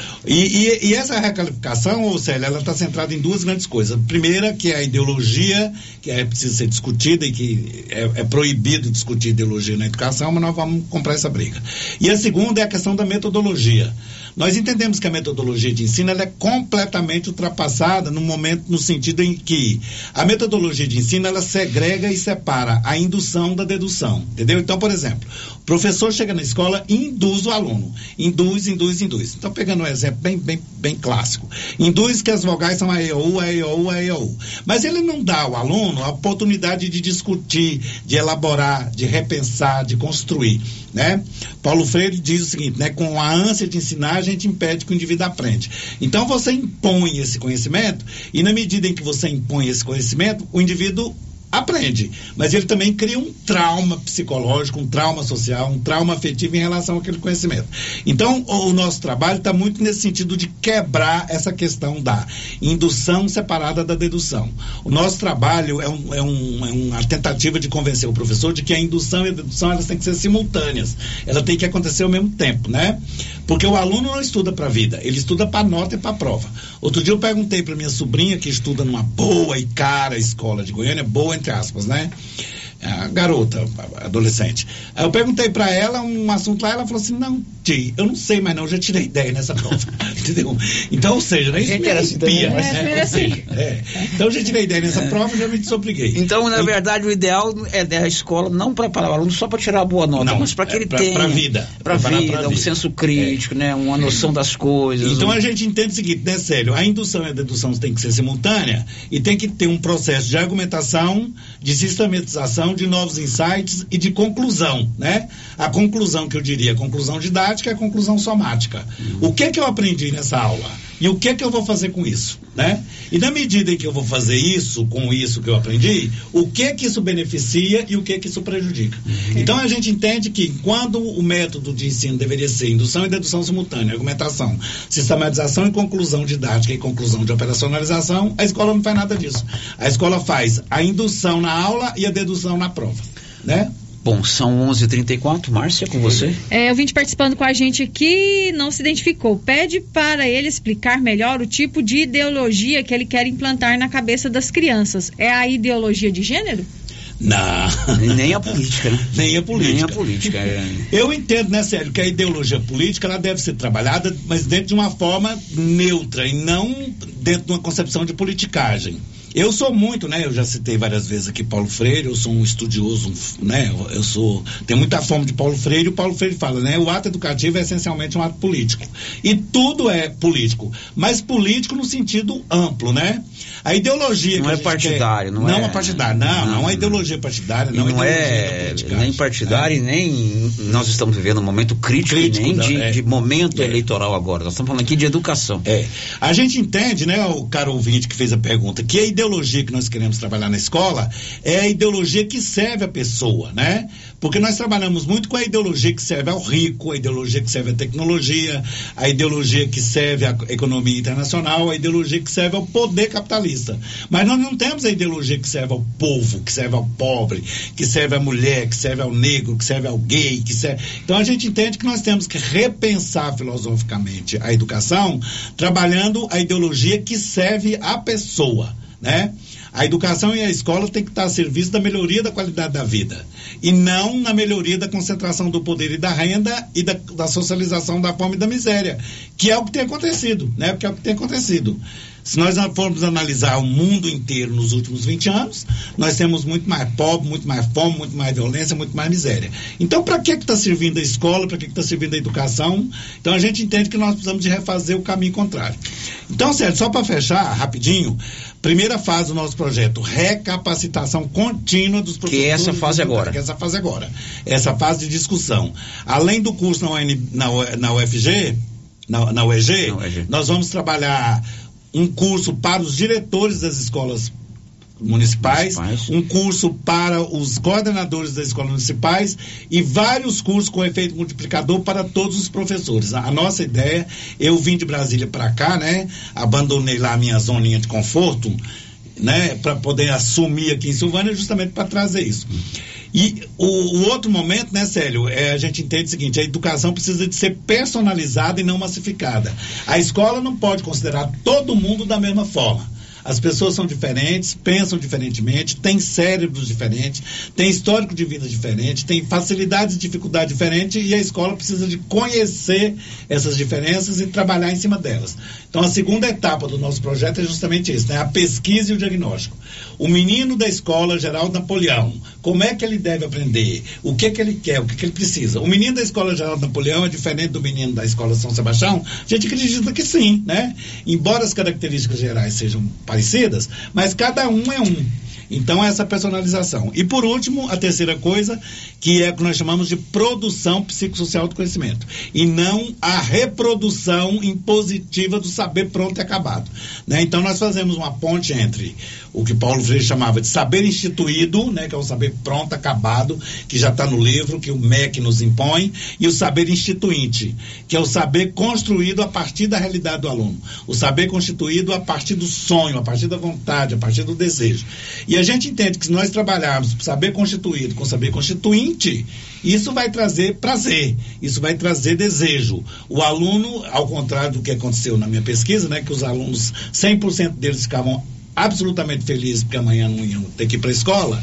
E essa requalificação, Célia, ela está centrada em 2 grandes coisas. A primeira, que é a ideologia, que precisa ser discutida e que é proibido discutir ideologia na educação, mas nós vamos comprar essa briga. E a segunda é a questão da metodologia. Nós entendemos que a metodologia de ensino ela é completamente ultrapassada no sentido em que a metodologia de ensino ela segrega e separa a indução da dedução, entendeu? Então, por exemplo, o professor chega na escola e induz o aluno, induz. Então, pegando um exemplo bem clássico, induz que as vogais são a, e, o, a, e, o, a, e, o. Mas ele não dá ao aluno a oportunidade de discutir, de elaborar, de repensar, de construir, né? Paulo Freire diz o seguinte, né? Com a ânsia de ensinar, a gente impede que o indivíduo aprende. Então você impõe esse conhecimento, e na medida em que você impõe esse conhecimento, o indivíduo aprende, mas ele também cria um trauma psicológico, um trauma social, um trauma afetivo em relação àquele conhecimento. Então, o nosso trabalho está muito nesse sentido de quebrar essa questão da indução separada da dedução. O nosso trabalho é uma tentativa de convencer o professor de que a indução e a dedução elas têm que ser simultâneas, ela tem que acontecer ao mesmo tempo, né? Porque o aluno não estuda para a vida, ele estuda para a nota e para a prova. Outro dia eu perguntei para minha sobrinha, que estuda numa boa e cara escola de Goiânia, boa entre aspas, né? A garota, adolescente. Aí eu perguntei para ela um assunto lá, ela falou assim, não, repetir. Eu não sei, mas não, eu já tirei 10 nessa prova. Entendeu? Então, ou seja, né? Isso me arrepia. Então, eu já tirei 10 nessa prova e já me desobriguei. Então, na verdade, o ideal é a escola não preparar o aluno só para tirar a boa nota, mas para que ele tenha. Para a vida. Para a vida, um senso crítico, né? Uma noção das coisas. Então, a gente entende o seguinte, né, Célio? A indução e a dedução tem que ser simultânea e tem que ter um processo de argumentação, de sistematização, de novos insights e de conclusão, né? A conclusão que eu diria, a conclusão didática é a conclusão somática. O que eu aprendi nessa aula? E o que eu vou fazer com isso, né? E na medida em que eu vou fazer isso, com isso que eu aprendi, o que isso beneficia e o que isso prejudica. Então a gente entende que quando o método de ensino deveria ser indução e dedução simultânea, argumentação, sistematização e conclusão didática e conclusão de operacionalização, a escola não faz nada disso. A escola faz a indução na aula e a dedução na prova, né? Bom, são 11h34, Márcia, com você. Ouvinte participando com a gente aqui, não se identificou. Pede para ele explicar melhor o tipo de ideologia que ele quer implantar na cabeça das crianças. É a ideologia de gênero? Não. Nem a política, né? Nem a política. Nem a política. Eu entendo, né, Sérgio, que a ideologia política ela deve ser trabalhada, mas dentro de uma forma neutra e não dentro de uma concepção de politicagem. Eu sou muito, né, eu já citei várias vezes aqui Paulo Freire, eu sou um estudioso, né, tenho muita fome de Paulo Freire, e o Paulo Freire fala, né, o ato educativo é essencialmente um ato político. E tudo é político, mas político no sentido amplo, né? A ideologia não é partidário, não é partidário, não é ideologia partidária, não é nem partidário e nem nós estamos vivendo um momento crítico nem de momento eleitoral agora, nós estamos falando aqui de educação. A gente entende, né, o cara ouvinte que fez a pergunta, que a ideologia que nós queremos trabalhar na escola é a ideologia que serve a pessoa, né? Porque nós trabalhamos muito com a ideologia que serve ao rico, a ideologia que serve à tecnologia, a ideologia que serve à economia internacional, a ideologia que serve ao poder capitalista. Mas nós não temos a ideologia que serve ao povo, que serve ao pobre, que serve à mulher, que serve ao negro, que serve ao gay, que serve... Então a gente entende que nós temos que repensar filosoficamente a educação, trabalhando a ideologia que serve à pessoa, né? A educação e a escola tem que estar a serviço da melhoria da qualidade da vida e não na melhoria da concentração do poder e da renda e da socialização da fome e da miséria, que é o que tem acontecido, né? Porque é o que tem acontecido. Se nós formos analisar o mundo inteiro nos últimos 20 anos, nós temos muito mais pobre, muito mais fome, muito mais violência, muito mais miséria. Então, para que está servindo a escola? Para que está servindo a educação? Então, a gente entende que nós precisamos de refazer o caminho contrário. Então, Sérgio, só para fechar rapidinho, primeira fase do nosso projeto, recapacitação contínua dos professores. Que é essa fase agora. Essa fase de discussão. Além do curso na UFG, na UEG, nós vamos trabalhar um curso para os diretores das escolas municipais, um curso para os coordenadores das escolas municipais e vários cursos com efeito multiplicador para todos os professores. A nossa ideia, eu vim de Brasília para cá, né? Abandonei lá a minha zoninha de conforto, né? Para poder assumir aqui em Silvânia, justamente para trazer isso. E o outro momento, né, Célio, a gente entende o seguinte, a educação precisa de ser personalizada e não massificada. A escola não pode considerar todo mundo da mesma forma. As pessoas são diferentes, pensam diferentemente, têm cérebros diferentes, têm histórico de vida diferente, têm facilidades e dificuldades diferentes e a escola precisa de conhecer essas diferenças e trabalhar em cima delas. Então, a segunda etapa do nosso projeto é justamente isso, né? A pesquisa e o diagnóstico. O menino da escola Geraldo Napoleão, como é que ele deve aprender? O que ele quer? O que ele precisa? O menino da escola Geraldo Napoleão é diferente do menino da escola São Sebastião? A gente acredita que sim, né? Embora as características gerais sejam parecidas, mas cada um é um. Então, essa personalização. E, por último, a terceira coisa, que é o que nós chamamos de produção psicossocial do conhecimento. E não a reprodução impositiva do saber pronto e acabado. Né? Então, nós fazemos uma ponte entre o que Paulo Freire chamava de saber instituído, né, que é o saber pronto, acabado, que já está no livro, que o MEC nos impõe, e o saber instituinte, que é o saber construído a partir da realidade do aluno. O saber constituído a partir do sonho, a partir da vontade, a partir do desejo. E a gente entende que se nós trabalharmos saber constituído com saber constituinte, isso vai trazer prazer, isso vai trazer desejo. O aluno, ao contrário do que aconteceu na minha pesquisa, né, que os alunos, 100% deles ficavam absolutamente felizes porque amanhã não iam ter que ir para a escola,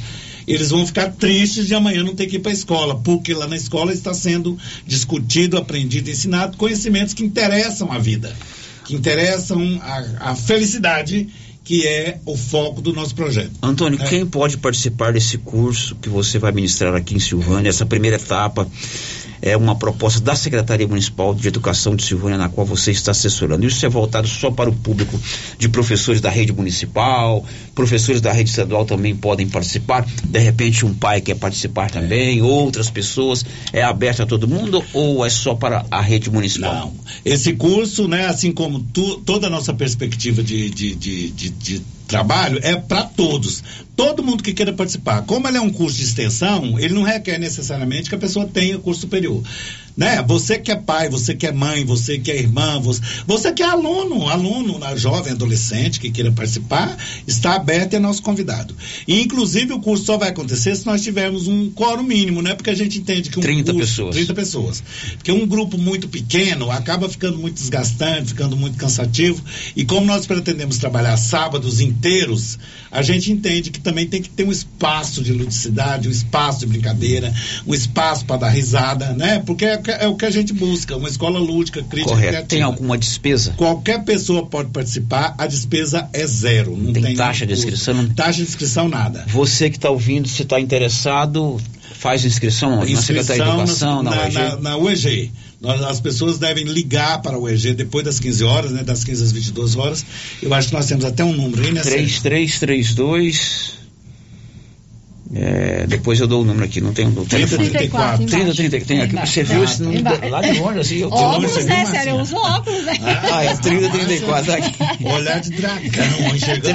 eles vão ficar tristes de amanhã não ter que ir para a escola, porque lá na escola está sendo discutido, aprendido, ensinado conhecimentos que interessam a vida, que interessam a felicidade, que é o foco do nosso projeto. Antônio, quem pode participar desse curso que você vai ministrar aqui em Silvânia, essa primeira etapa? É uma proposta da Secretaria Municipal de Educação de Silvânia, na qual você está assessorando. Isso é voltado só para o público de professores da rede municipal, professores da rede estadual também podem participar, de repente um pai quer participar também, outras pessoas, é aberto a todo mundo ou é só para a rede municipal? Não, esse curso, né, assim como toda a nossa perspectiva de trabalho é para todos, todo mundo que queira participar. Como ele é um curso de extensão, ele não requer necessariamente que a pessoa tenha curso superior, né? Você que é pai, você que é mãe, você que é irmã, você que é aluno, jovem, adolescente que queira participar, está aberto e é nosso convidado. E inclusive o curso só vai acontecer se nós tivermos um quórum mínimo, né? Porque a gente entende que 30 pessoas. Porque um grupo muito pequeno acaba ficando muito desgastante, ficando muito cansativo, e como nós pretendemos trabalhar sábados inteiros, a gente entende que também tem que ter um espaço de ludicidade, um espaço de brincadeira, um espaço para dar risada, né? Porque é o que a gente busca, uma escola lúdica, crítica, correto. Criativa. Tem alguma despesa? Qualquer pessoa pode participar, a despesa é zero. Não tem taxa de inscrição? Taxa de inscrição, nada. Você que está ouvindo, se está interessado, faz inscrição na Secretaria de Educação, na UEG? Na UEG. As pessoas devem ligar para a UEG depois das 15 horas, né? Das 15 às 22 horas. Eu acho que nós temos até um número aí, né? 3332... depois eu dou o número aqui, não tem o telefone. 3034. Tem aqui, você viu esse número lá de longe, assim. Óculos, né, sério? Eu uso óculos, né? É 3034 aqui. Olhar de dragão, enxergando.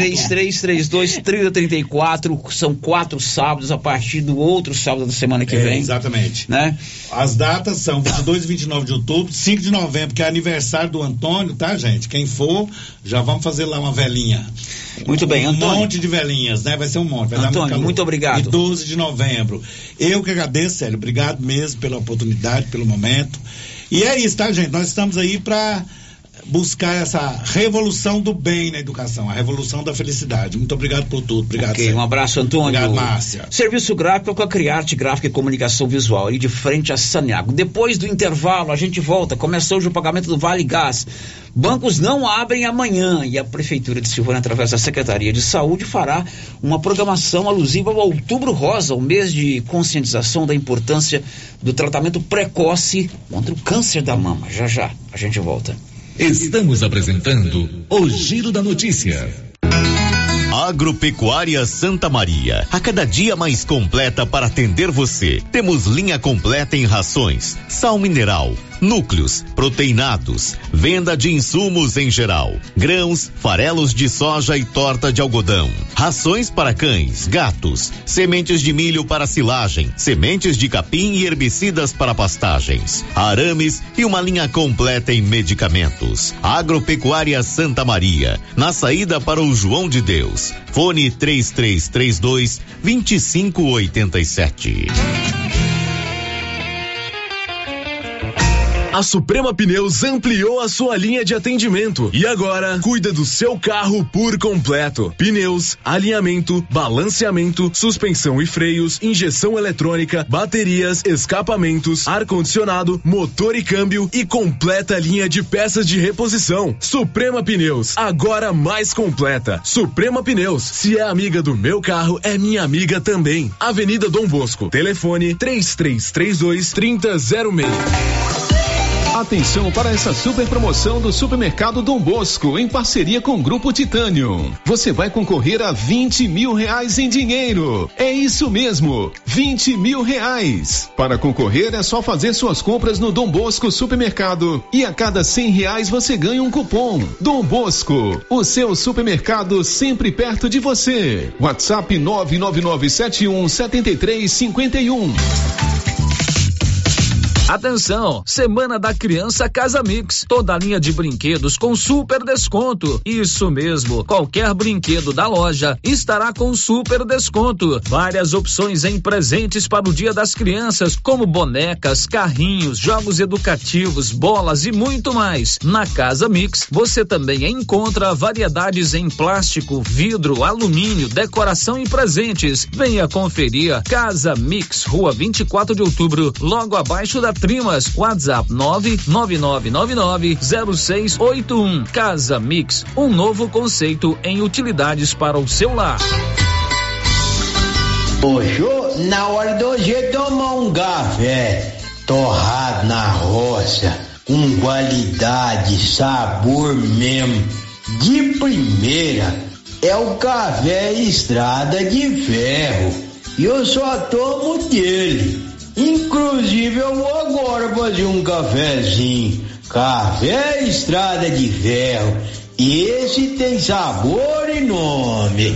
3332-3034, são 4 sábados a partir do outro sábado da semana que vem. Exatamente. Né? As datas são 22 e 29 de outubro, 5 de novembro, que é aniversário do Antônio, tá, gente? Quem for, já vamos fazer lá uma velhinha. Muito bem, Antônio. Um monte de velhinhas, né? Vai ser um monte. Vai Antônio, dar muito calor. muito obrigado. E 12 de novembro. Eu que agradeço, Célio. Obrigado mesmo pela oportunidade, pelo momento. E é isso, tá, gente? Nós estamos aí para buscar essa revolução do bem na educação, a revolução da felicidade. Muito obrigado por tudo. Obrigado, okay, um abraço, Antônio. Obrigado, Márcia. Serviço gráfico com a Criarte Gráfica e Comunicação Visual, ali de frente a Saniago. Depois do intervalo, a gente volta. Começa hoje o pagamento do Vale Gás. Bancos não abrem amanhã e a Prefeitura de Silvânia, através da Secretaria de Saúde, fará uma programação alusiva ao Outubro Rosa, o mês de conscientização da importância do tratamento precoce contra o câncer da mama. Já, a gente volta. Estamos apresentando o Giro da Notícia. Agropecuária Santa Maria, a cada dia mais completa para atender você. Temos linha completa em rações, sal mineral, núcleos, proteinados, venda de insumos em geral, grãos, farelos de soja e torta de algodão, rações para cães, gatos, sementes de milho para silagem, sementes de capim e herbicidas para pastagens, arames e uma linha completa em medicamentos. Agropecuária Santa Maria, na saída para o João de Deus. Fone 3332-2587. A Suprema Pneus ampliou a sua linha de atendimento e agora cuida do seu carro por completo. Pneus, alinhamento, balanceamento, suspensão e freios, injeção eletrônica, baterias, escapamentos, ar-condicionado, motor e câmbio e completa linha de peças de reposição. Suprema Pneus, agora mais completa. Suprema Pneus, se é amiga do meu carro, é minha amiga também. Avenida Dom Bosco, telefone 3332-3006. Atenção para essa super promoção do Supermercado Dom Bosco, em parceria com o Grupo Titânio. Você vai concorrer a 20 mil reais em dinheiro. É isso mesmo, 20 mil reais. Para concorrer é só fazer suas compras no Dom Bosco Supermercado e a cada 100 reais você ganha um cupom. Dom Bosco, o seu supermercado sempre perto de você. WhatsApp 999717351. Atenção, Semana da Criança Casa Mix, toda a linha de brinquedos com super desconto. Isso mesmo, qualquer brinquedo da loja estará com super desconto. Várias opções em presentes para o Dia das Crianças, como bonecas, carrinhos, jogos educativos, bolas e muito mais. Na Casa Mix, você também encontra variedades em plástico, vidro, alumínio, decoração e presentes. Venha conferir. Casa Mix, Rua 24 de Outubro, logo abaixo da Trimas. WhatsApp 999990681. Casa Mix, um novo conceito em utilidades para o seu lar. Poxa, na hora do hoje tomar um café torrado na roça, com qualidade, sabor mesmo, de primeira, é o café Estrada de Ferro. E eu só tomo dele. Inclusive eu vou agora fazer um cafezinho. Café Estrada de Ferro. Esse tem sabor e nome.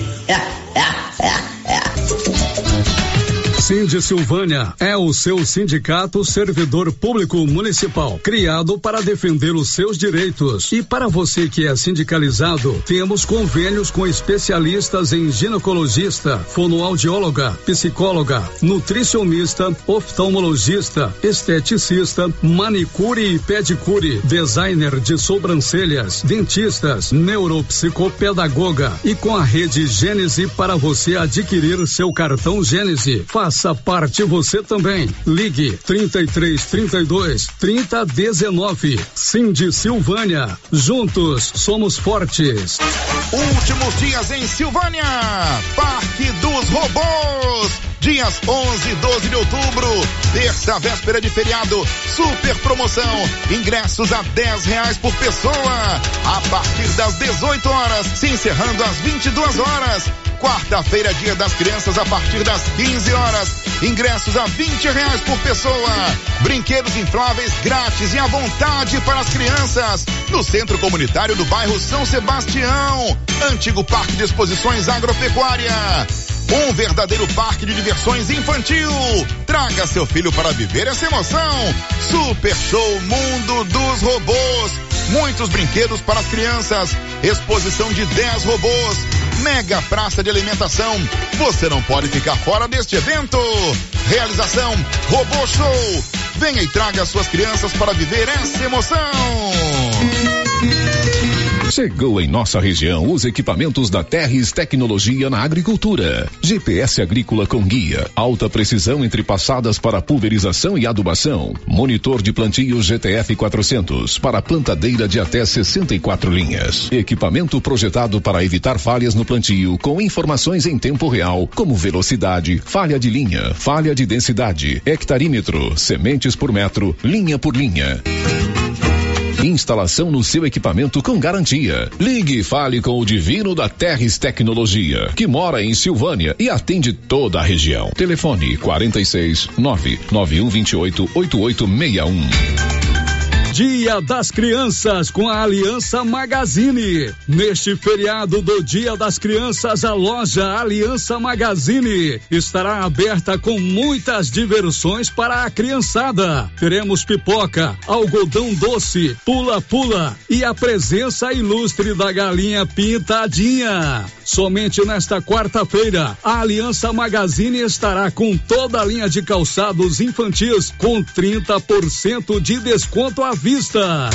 Sindi Silvânia é o seu sindicato servidor público municipal, criado para defender os seus direitos. E para você que é sindicalizado, temos convênios com especialistas em ginecologista, fonoaudióloga, psicóloga, nutricionista, oftalmologista, esteticista, manicure e pedicure, designer de sobrancelhas, dentistas, neuropsicopedagoga e com a rede Gênese para você adquirir seu cartão Gênese. Faça parte você também. Ligue 3332 3019. Sindi Silvânia. Juntos somos fortes. Últimos dias em Silvânia. Parque dos Robôs. Dias 11 e 12 de outubro, terça, véspera de feriado, super promoção, ingressos a R$10 por pessoa, a partir das 18 horas, se encerrando às 22 horas. Quarta-feira, dia das crianças, a partir das 15 horas, ingressos a R$20 por pessoa, brinquedos infláveis grátis e à vontade para as crianças, no Centro Comunitário do bairro São Sebastião, antigo Parque de Exposições Agropecuária. Um verdadeiro parque de diversões infantil. Traga seu filho para viver essa emoção. Super Show Mundo dos Robôs. Muitos brinquedos para as crianças. Exposição de 10 robôs. Mega praça de alimentação. Você não pode ficar fora deste evento. Realização Robô Show. Venha e traga suas crianças para viver essa emoção. Chegou em nossa região os equipamentos da Terres Tecnologia na Agricultura. GPS agrícola com guia, alta precisão entre passadas para pulverização e adubação. Monitor de plantio GTF 400 para plantadeira de até 64 linhas. Equipamento projetado para evitar falhas no plantio com informações em tempo real, como velocidade, falha de linha, falha de densidade, hectarímetro, sementes por metro, linha por linha. Instalação no seu equipamento com garantia. Ligue e fale com o Divino da Terres Tecnologia, que mora em Silvânia e atende toda a região. Telefone 46 99128 8861. Dia das Crianças com a Aliança Magazine. Neste feriado do Dia das Crianças, a loja Aliança Magazine estará aberta com muitas diversões para a criançada. Teremos pipoca, algodão doce, pula-pula e a presença ilustre da galinha pintadinha. Somente nesta quarta-feira, a Aliança Magazine estará com toda a linha de calçados infantis com 30% de desconto à vista.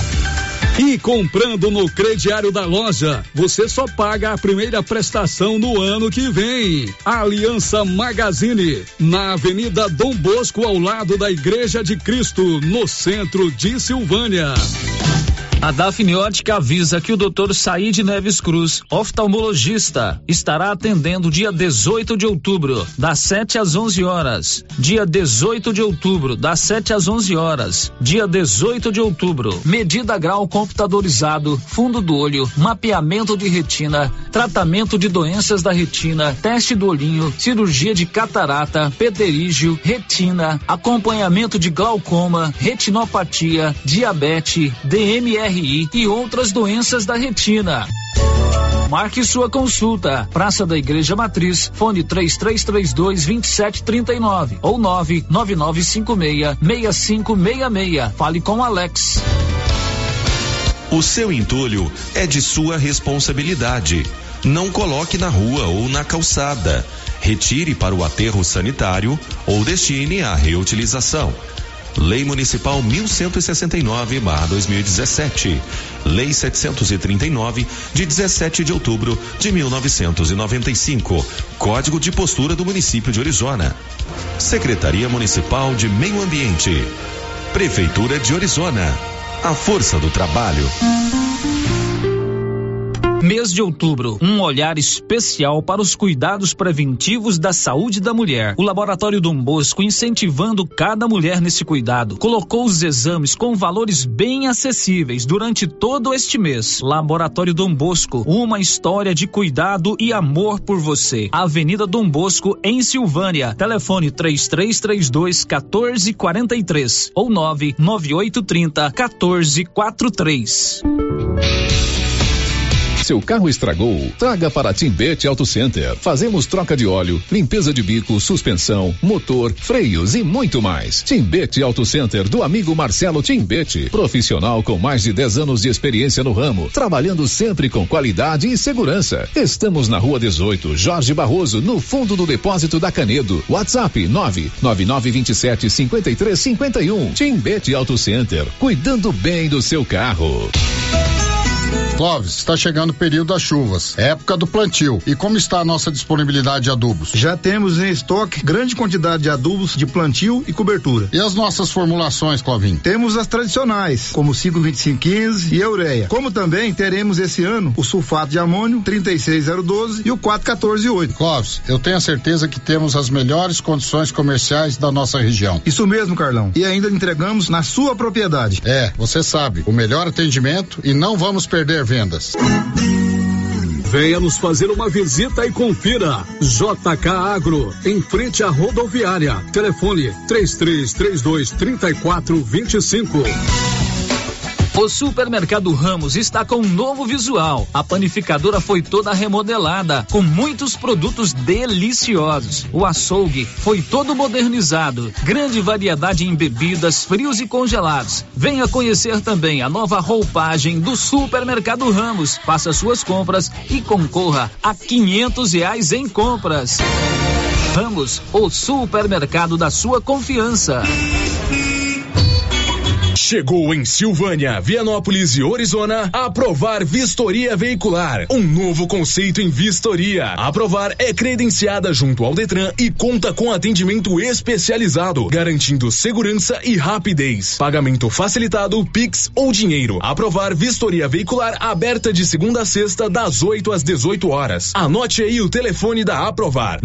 E comprando no crediário da loja, você só paga a primeira prestação no ano que vem. Aliança Magazine, na Avenida Dom Bosco, ao lado da Igreja de Cristo, no centro de Silvânia. A Dafne Ótica avisa que o Dr. Saíde Neves Cruz, oftalmologista, estará atendendo dia 18 de outubro, das 7 às 11 horas. Dia 18 de outubro, das 7 às 11 horas. Dia 18 de outubro, medida grau computadorizado, fundo do olho, mapeamento de retina, tratamento de doenças da retina, teste do olhinho, cirurgia de catarata, pterígio, retina, acompanhamento de glaucoma, retinopatia, diabetes, DMRI e outras doenças da retina. Marque sua consulta. Praça da Igreja Matriz, fone 3332-2739 ou 99956-6566. Fale com Alex. O seu entulho é de sua responsabilidade. Não coloque na rua ou na calçada. Retire para o aterro sanitário ou destine à reutilização. Lei Municipal 1169/2017. Lei 739, de 17 de outubro de 1995. Código de Postura do Município de Orizona. Secretaria Municipal de Meio Ambiente. Prefeitura de Orizona. A força do trabalho. Mês de outubro, um olhar especial para os cuidados preventivos da saúde da mulher. O Laboratório Dom Bosco, incentivando cada mulher nesse cuidado, colocou os exames com valores bem acessíveis durante todo este mês. Laboratório Dom Bosco, uma história de cuidado e amor por você. Avenida Dom Bosco, em Silvânia. Telefone 3332-1443 ou 99830-1443. Seu carro estragou? Traga para Timbete Auto Center. Fazemos troca de óleo, limpeza de bico, suspensão, motor, freios e muito mais. Timbete Auto Center do amigo Marcelo Timbete. Profissional com mais de 10 anos de experiência no ramo, trabalhando sempre com qualidade e segurança. Estamos na Rua 18, Jorge Barroso, no fundo do depósito da Canedo. WhatsApp 99927-5351. Timbete Auto Center, cuidando bem do seu carro. Clóvis, está chegando o período das chuvas, época do plantio. E como está a nossa disponibilidade de adubos? Já temos em estoque grande quantidade de adubos de plantio e cobertura. E as nossas formulações, Clovinho? Temos as tradicionais, como o 5,25,15 e a ureia. Como também teremos esse ano o sulfato de amônio 36012 e o 4,14,8. Clóvis, eu tenho a certeza que temos as melhores condições comerciais da nossa região. Isso mesmo, Carlão. E ainda entregamos na sua propriedade. É, você sabe, o melhor atendimento e não vamos perder vendas. Venha nos fazer uma visita e confira. JK Agro, em frente à rodoviária. Telefone 3332-3425. O Supermercado Ramos está com um novo visual. A panificadora foi toda remodelada, com muitos produtos deliciosos. O açougue foi todo modernizado. Grande variedade em bebidas, frios e congelados. Venha conhecer também a nova roupagem do Supermercado Ramos. Faça suas compras e concorra a R$500 em compras. Ramos, o supermercado da sua confiança. Chegou em Silvânia, Vianópolis e Orizona a Aprovar Vistoria Veicular, um novo conceito em vistoria. A Aprovar é credenciada junto ao Detran e conta com atendimento especializado, garantindo segurança e rapidez. Pagamento facilitado, Pix ou dinheiro. A Aprovar Vistoria Veicular aberta de segunda a sexta das 8 às 18 horas. Anote aí o telefone da Aprovar: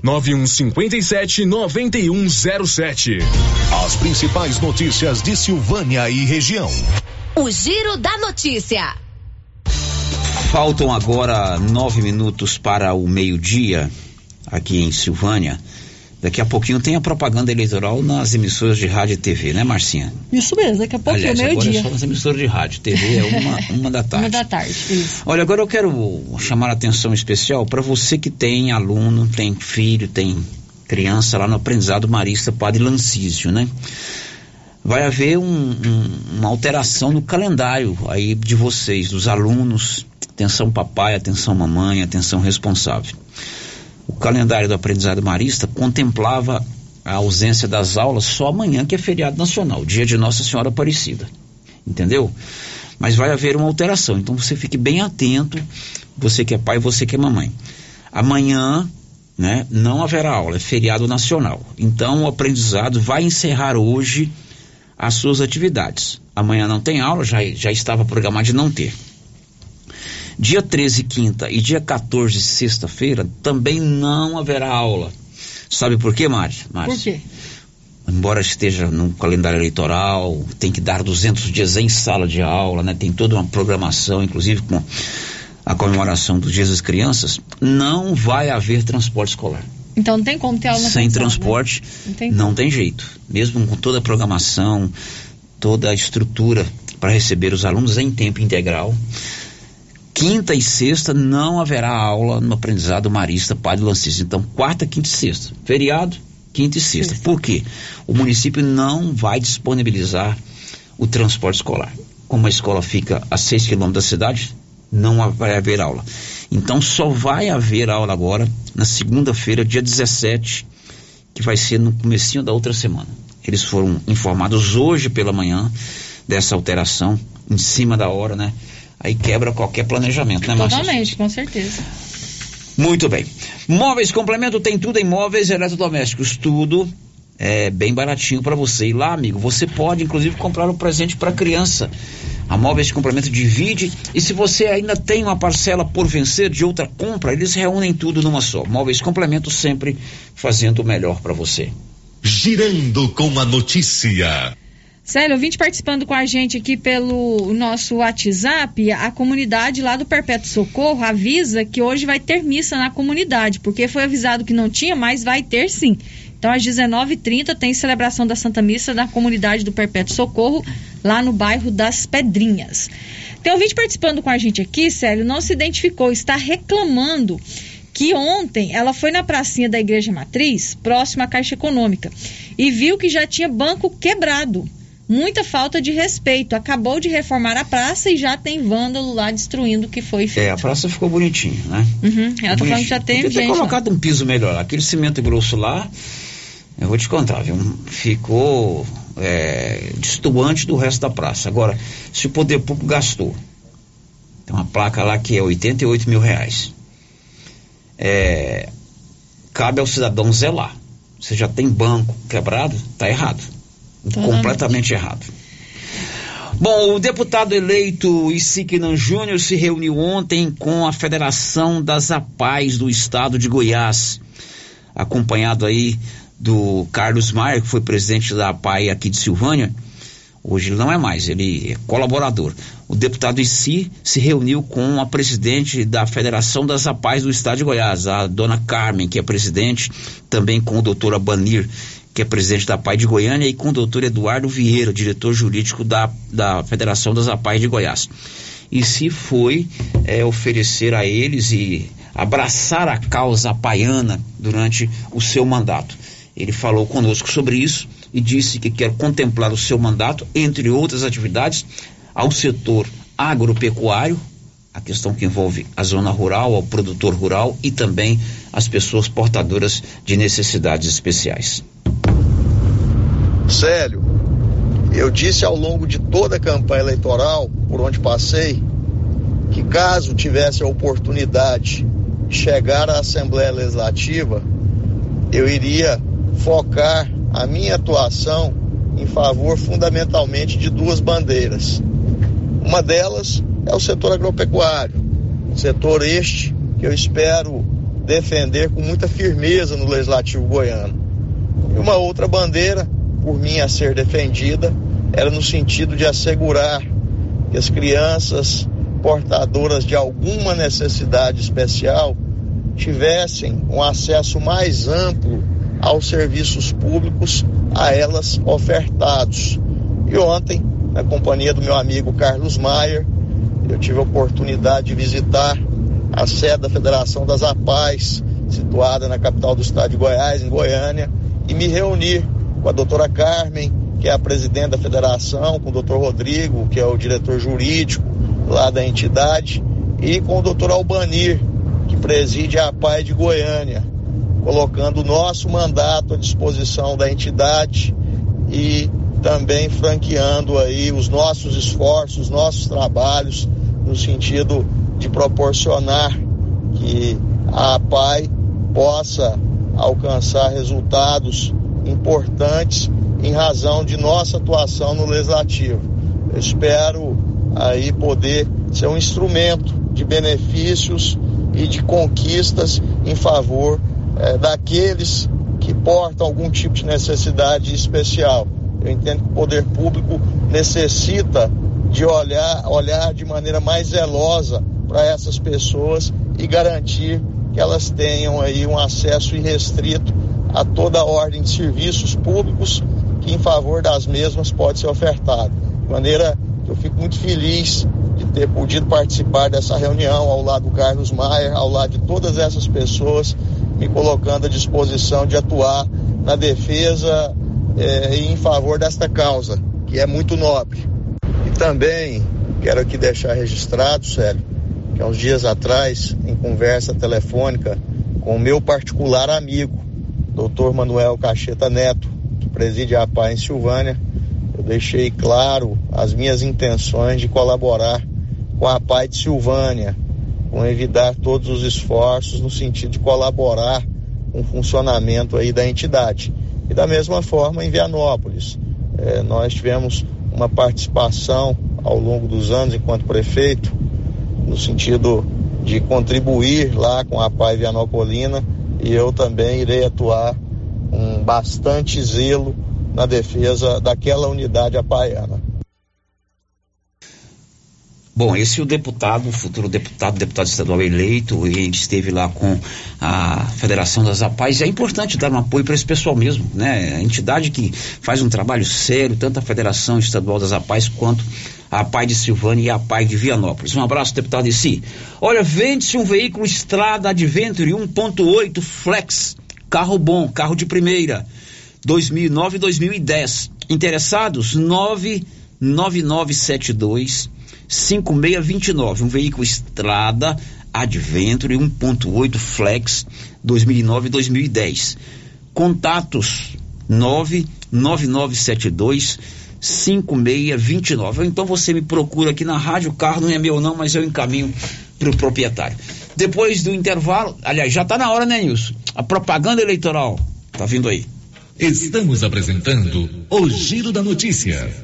99157-9107. As principais notícias de Silvânia e região. O Giro da Notícia. Faltam agora 9 minutos para o meio-dia aqui em Silvânia. Daqui a pouquinho tem a propaganda eleitoral nas emissoras de rádio e TV, né, Marcinha? Isso mesmo, daqui a pouquinho, meio-dia. Agora é só nas emissoras de rádio, TV é uma da tarde. 1 da tarde, isso. Olha, agora eu quero chamar a atenção especial para você que tem aluno, tem filho, tem criança lá no Aprendizado Marista Padre Lancísio, né? Vai haver uma alteração no calendário aí de vocês, dos alunos. Atenção papai, atenção mamãe, atenção responsável. O calendário do Aprendizado Marista contemplava a ausência das aulas só amanhã, que é feriado nacional, dia de Nossa Senhora Aparecida. Entendeu? Mas vai haver uma alteração, então você fique bem atento, você que é pai, você que é mamãe. Amanhã, né, não haverá aula, é feriado nacional. Então o aprendizado vai encerrar hoje as suas atividades. Amanhã não tem aula, já estava programado de não ter. Dia 13, quinta, e dia 14, sexta-feira, também não haverá aula. Sabe por quê, Márcia? Por quê? Embora esteja no calendário eleitoral, tem que dar 200 dias em sala de aula, né? Tem toda uma programação, inclusive com a comemoração dos Dias das Crianças, não vai haver transporte escolar. Então não tem como ter aula na sem função, transporte, né? Não tem jeito. Mesmo com toda a programação, toda a estrutura para receber os alunos em tempo integral, Quinta e sexta não haverá aula no aprendizado marista Padre Lancísio. Então, quarta, quinta e sexta. Feriado, quinta e sexta. Por quê? O município não vai disponibilizar o transporte escolar. Como a escola fica a 6 quilômetros da cidade, não vai haver aula. Então, só vai haver aula agora na segunda-feira, dia 17, que vai ser no comecinho da outra semana. Eles foram informados hoje pela manhã dessa alteração, em cima da hora, né? Aí quebra qualquer planejamento, né, Márcia? Totalmente, com certeza. Muito bem. Móveis Complemento tem tudo em móveis eletrodomésticos, tudo é bem baratinho para você. E lá, amigo, você pode inclusive comprar um presente para criança. A Móveis Complemento divide, e se você ainda tem uma parcela por vencer de outra compra, eles reúnem tudo numa só. Móveis Complemento, sempre fazendo o melhor para você. Girando com a notícia. Célio, ouvinte participando com a gente aqui pelo nosso WhatsApp, a comunidade lá do Perpétuo Socorro avisa que hoje vai ter missa na comunidade, porque foi avisado que não tinha, mas vai ter sim. Então, às 19h30 tem celebração da Santa Missa na comunidade do Perpétuo Socorro, lá no bairro das Pedrinhas. Tem ouvinte participando com a gente aqui, Célio, não se identificou, está reclamando que ontem ela foi na pracinha da Igreja Matriz, próxima à Caixa Econômica, e viu que já tinha banco quebrado. Muita falta de respeito. Acabou de reformar a praça e já tem vândalo lá destruindo o que foi feito. A praça ficou bonitinha, né? Uhum, ela tá falando que já tem gente. Ter colocado um piso melhor. Aquele cimento grosso lá, eu vou te contar, viu? Ficou destoante do resto da praça. Agora, se o poder público gastou, tem uma placa lá que é R$88 mil. Cabe ao cidadão zelar. Você já tem banco quebrado, tá errado. Completamente errado. Bom, o deputado eleito Isiquinan Júnior se reuniu ontem com a Federação das APAES do estado de Goiás, acompanhado aí do Carlos Maia, que foi presidente da APAE aqui de Silvânia. Hoje ele não é mais, ele é colaborador. O deputado Isi se reuniu com a presidente da Federação das APAES do estado de Goiás, a dona Carmen, que é presidente, também com o doutor Abanir, que é presidente da APAE de Goiânia, e com o doutor Eduardo Vieira, diretor jurídico da Federação das APAES de Goiás. E se foi oferecer a eles e abraçar a causa apaiana durante o seu mandato. Ele falou conosco sobre isso e disse que quer contemplar o seu mandato, entre outras atividades, ao setor agropecuário, a questão que envolve a zona rural, ao produtor rural e também as pessoas portadoras de necessidades especiais. Célio, eu disse ao longo de toda a campanha eleitoral, por onde passei, que caso tivesse a oportunidade de chegar à Assembleia Legislativa, eu iria focar a minha atuação em favor fundamentalmente de duas bandeiras. Uma delas é o setor agropecuário, setor este que eu espero defender com muita firmeza no Legislativo goiano. E uma outra bandeira, por mim a ser defendida, era no sentido de assegurar que as crianças portadoras de alguma necessidade especial tivessem um acesso mais amplo aos serviços públicos a elas ofertados. E ontem, na companhia do meu amigo Carlos Maia, eu tive a oportunidade de visitar a sede da Federação das APAES, situada na capital do estado de Goiás, em Goiânia, e me reunir com a doutora Carmen, que é a presidente da federação, com o doutor Rodrigo, que é o diretor jurídico lá da entidade, e com o doutor Albanir, que preside a APAE de Goiânia, colocando o nosso mandato à disposição da entidade e também franqueando aí os nossos esforços, os nossos trabalhos, no sentido de proporcionar que a APAE possa alcançar resultados importantes em razão de nossa atuação no Legislativo. Eu espero aí poder ser um instrumento de benefícios e de conquistas em favor daqueles que portam algum tipo de necessidade especial. Eu entendo que o poder público necessita de olhar de maneira mais zelosa para essas pessoas e garantir que elas tenham aí um acesso irrestrito a toda a ordem de serviços públicos que em favor das mesmas pode ser ofertado. De maneira que eu fico muito feliz de ter podido participar dessa reunião ao lado do Carlos Maier, ao lado de todas essas pessoas, me colocando à disposição de atuar na defesa e em favor desta causa, que é muito nobre. E também quero aqui deixar registrado, Célio, que há uns dias atrás, em conversa telefônica com o meu particular amigo, Dr. Manuel Cacheta Neto, que preside a APAI em Silvânia, eu deixei claro as minhas intenções de colaborar com a APAI de Silvânia, com evitar todos os esforços no sentido de colaborar com o funcionamento aí da entidade. E da mesma forma em Vianópolis, nós tivemos uma participação ao longo dos anos enquanto prefeito, no sentido de contribuir lá com a APAI Vianopolina, e eu também irei atuar com bastante zelo na defesa daquela unidade apaiana. Bom, esse é o futuro deputado estadual eleito, ele esteve lá com a Federação das APAIs. É importante dar um apoio para esse pessoal mesmo, né? A entidade que faz um trabalho sério, tanto a Federação Estadual das APAIs quanto a APAI de Silvânia e a APAI de Vianópolis. Um abraço, deputado Eci. Olha, vende-se um veículo Estrada Adventure 1.8 Flex, carro bom, carro de primeira, 2009 e 2010. Interessados? 99972-5629, um veículo Estrada Adventure 1.8 Flex 2009 e 2010. Contatos 99972-5629. Então você me procura aqui na rádio, o carro não é meu não, mas eu encaminho para o proprietário. Depois do intervalo, aliás, já está na hora, né, Nilson? A propaganda eleitoral tá vindo aí. Estamos apresentando o Giro da Notícia.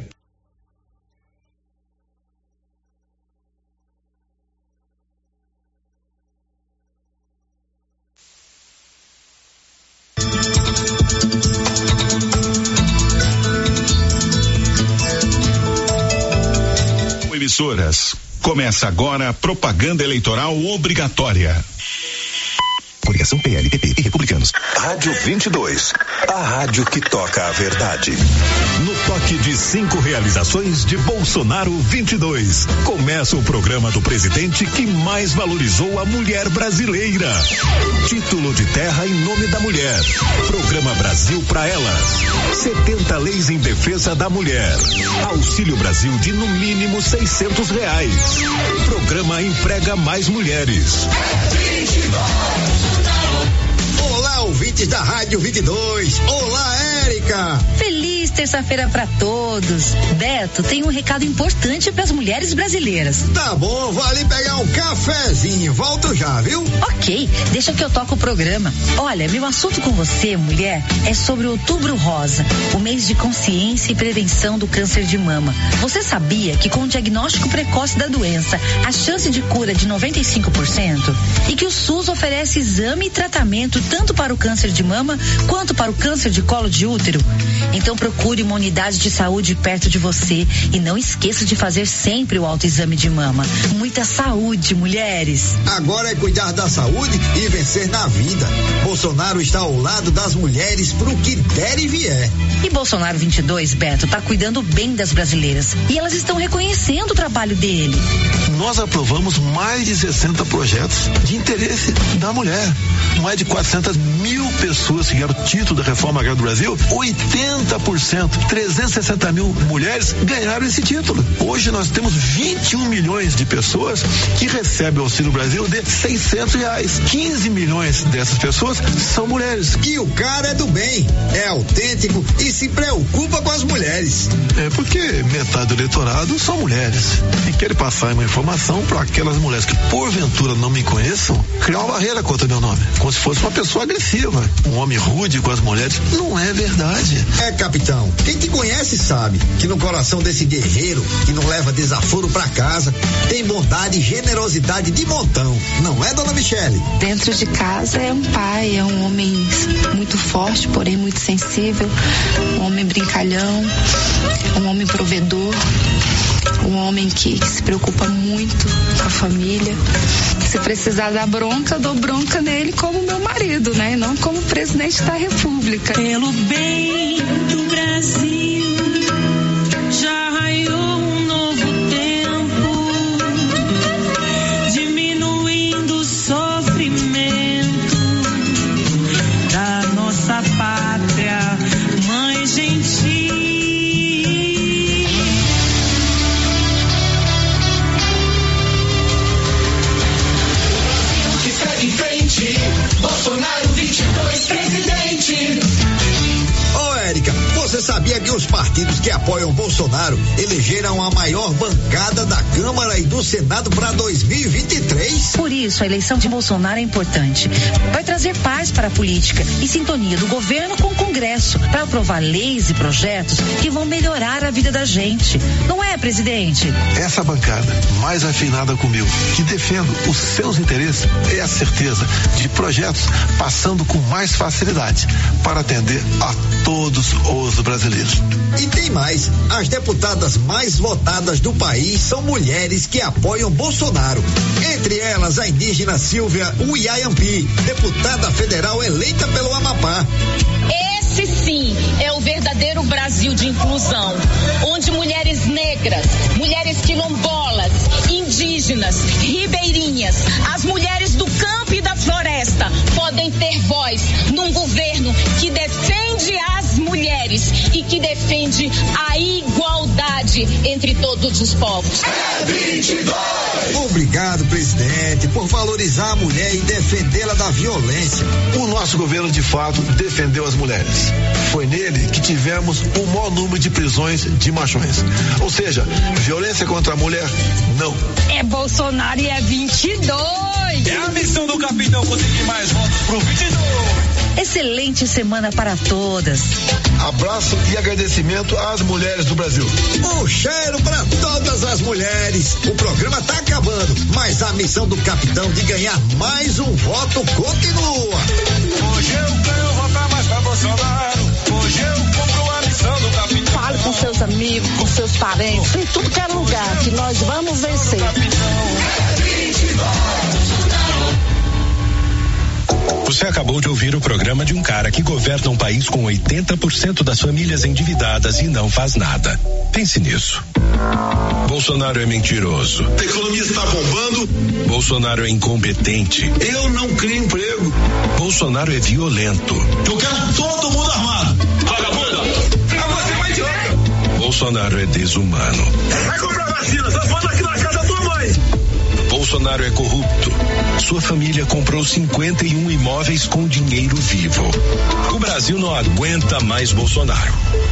Emissoras. Começa agora a propaganda eleitoral obrigatória. Coligação PLPP e Republicanos. Rádio 22, a rádio que toca a verdade. No toque de 5 realizações de Bolsonaro 22, começa o programa do presidente que mais valorizou a mulher brasileira. Título de terra em nome da mulher. Programa Brasil pra elas. 70 leis em defesa da mulher. Auxílio Brasil de no mínimo R$600. Programa emprega mais mulheres. Olá, ouvintes da Rádio 22. Olá, Érica. Feliz terça-feira pra todos. Beto, tem um recado importante pras mulheres brasileiras. Tá bom, vou ali pegar um cafezinho. Volto já, viu? Ok, deixa que eu toco o programa. Olha, meu assunto com você, mulher, é sobre o Outubro Rosa, o mês de consciência e prevenção do câncer de mama. Você sabia que com o diagnóstico precoce da doença, a chance de cura é de 95%? E que o SUS oferece exame e tratamento tanto para o câncer de mama quanto para o câncer de colo de útero? Então procure uma unidade de saúde perto de você e não esqueça de fazer sempre o autoexame de mama. Muita saúde, mulheres. Agora é cuidar da saúde e vencer na vida. Bolsonaro está ao lado das mulheres pro que der e vier. E Bolsonaro 22, Beto, tá cuidando bem das brasileiras e elas estão reconhecendo o trabalho dele. Nós aprovamos mais de 60 projetos de interesse da mulher. Mais de 400 mil pessoas que ganharam o título da reforma agrária do Brasil, 80%, 360 mil mulheres ganharam esse título. Hoje nós temos 21 milhões de pessoas que recebem o Auxílio Brasil de R$600. 15 milhões dessas pessoas são mulheres. E o cara é do bem, é autêntico e se preocupa com as mulheres. É porque metade do eleitorado são mulheres. E quero passar uma informação para aquelas mulheres que porventura não me conheçam, criar uma barreira contra o meu nome, como se fosse uma pessoa agressiva, um homem rude com as mulheres. Não é verdade. É, capitão, quem te conhece sabe que no coração desse guerreiro que não leva desaforo pra casa, tem bondade e generosidade de montão, não é, dona Michele? Dentro de casa é um pai, é um homem muito forte, porém muito sensível, um homem brincalhão, um homem provedor, um homem que se preocupa muito com a família. Se precisar dar bronca, dou bronca nele como meu marido, né? E não como presidente da República. Pelo bem do Brasil, já raiou um novo tempo. Bolsonaro 22, presidente. Ô, Érica, você sabia que os partidos que apoiam Bolsonaro elegeram a maior bancada da Câmara e do Senado para 2023? Por isso, a eleição de Bolsonaro é importante. Vai trazer paz para a política e sintonia do governo com o Congresso para aprovar leis e projetos que vão melhorar a vida da gente. Não é, presidente? Essa bancada, mais afinada comigo, que defendo os seus interesses, é a certeza de projetos passando com mais facilidade para atender a todos os brasileiros. E tem mais, as deputadas mais votadas do país são mulheres que apoiam Bolsonaro. Entre elas, a indígena Silvia Uiayampi, deputada federal eleita pelo Amapá. Esse sim é o verdadeiro Brasil de inclusão, onde mulheres negras, mulheres quilombolas, indígenas, ribeirinhas, as mulheres do campo e da floresta podem ter voz num governo que defende as mulheres e que defende a igualdade entre todos os povos. É 22. Obrigado, presidente, por valorizar a mulher e defendê-la da violência. O nosso governo, de fato, defendeu as mulheres. Foi nele que tivemos o maior número de prisões de machões. Ou seja, violência contra a mulher, não. É Bolsonaro e é 22. É a missão do capitão conseguir mais votos pro 22. Excelente semana para todas. Abraço e agradecimento às mulheres do Brasil. Um cheiro para todas as mulheres. O programa tá acabando, mas a missão do capitão de ganhar mais um voto continua. Hoje eu quero votar mais pra Bolsonaro. Hoje eu compro a missão do capitão. Fale com seus amigos, com seus parentes, em tudo que é lugar, que nós vamos vencer. Você acabou de ouvir o programa de um cara que governa um país com 80% das famílias endividadas e não faz nada. Pense nisso. Bolsonaro é mentiroso. A economia está bombando. Bolsonaro é incompetente. Eu não crio emprego. Bolsonaro é violento. Eu quero todo mundo armado. Vagabunda! Você vai direto. Bolsonaro é desumano. Vai comprar vacina, só falta aqui na casa da tua mãe. Bolsonaro é corrupto. Sua família comprou 51 imóveis com dinheiro vivo. O Brasil não aguenta mais Bolsonaro.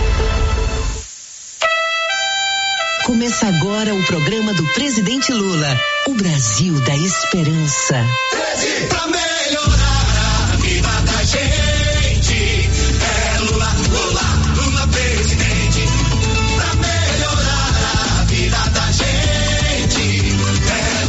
Começa agora o programa do presidente Lula. O Brasil da esperança. Pra melhorar a vida da gente. É Lula, Lula, Lula presidente. Pra melhorar a vida da gente. É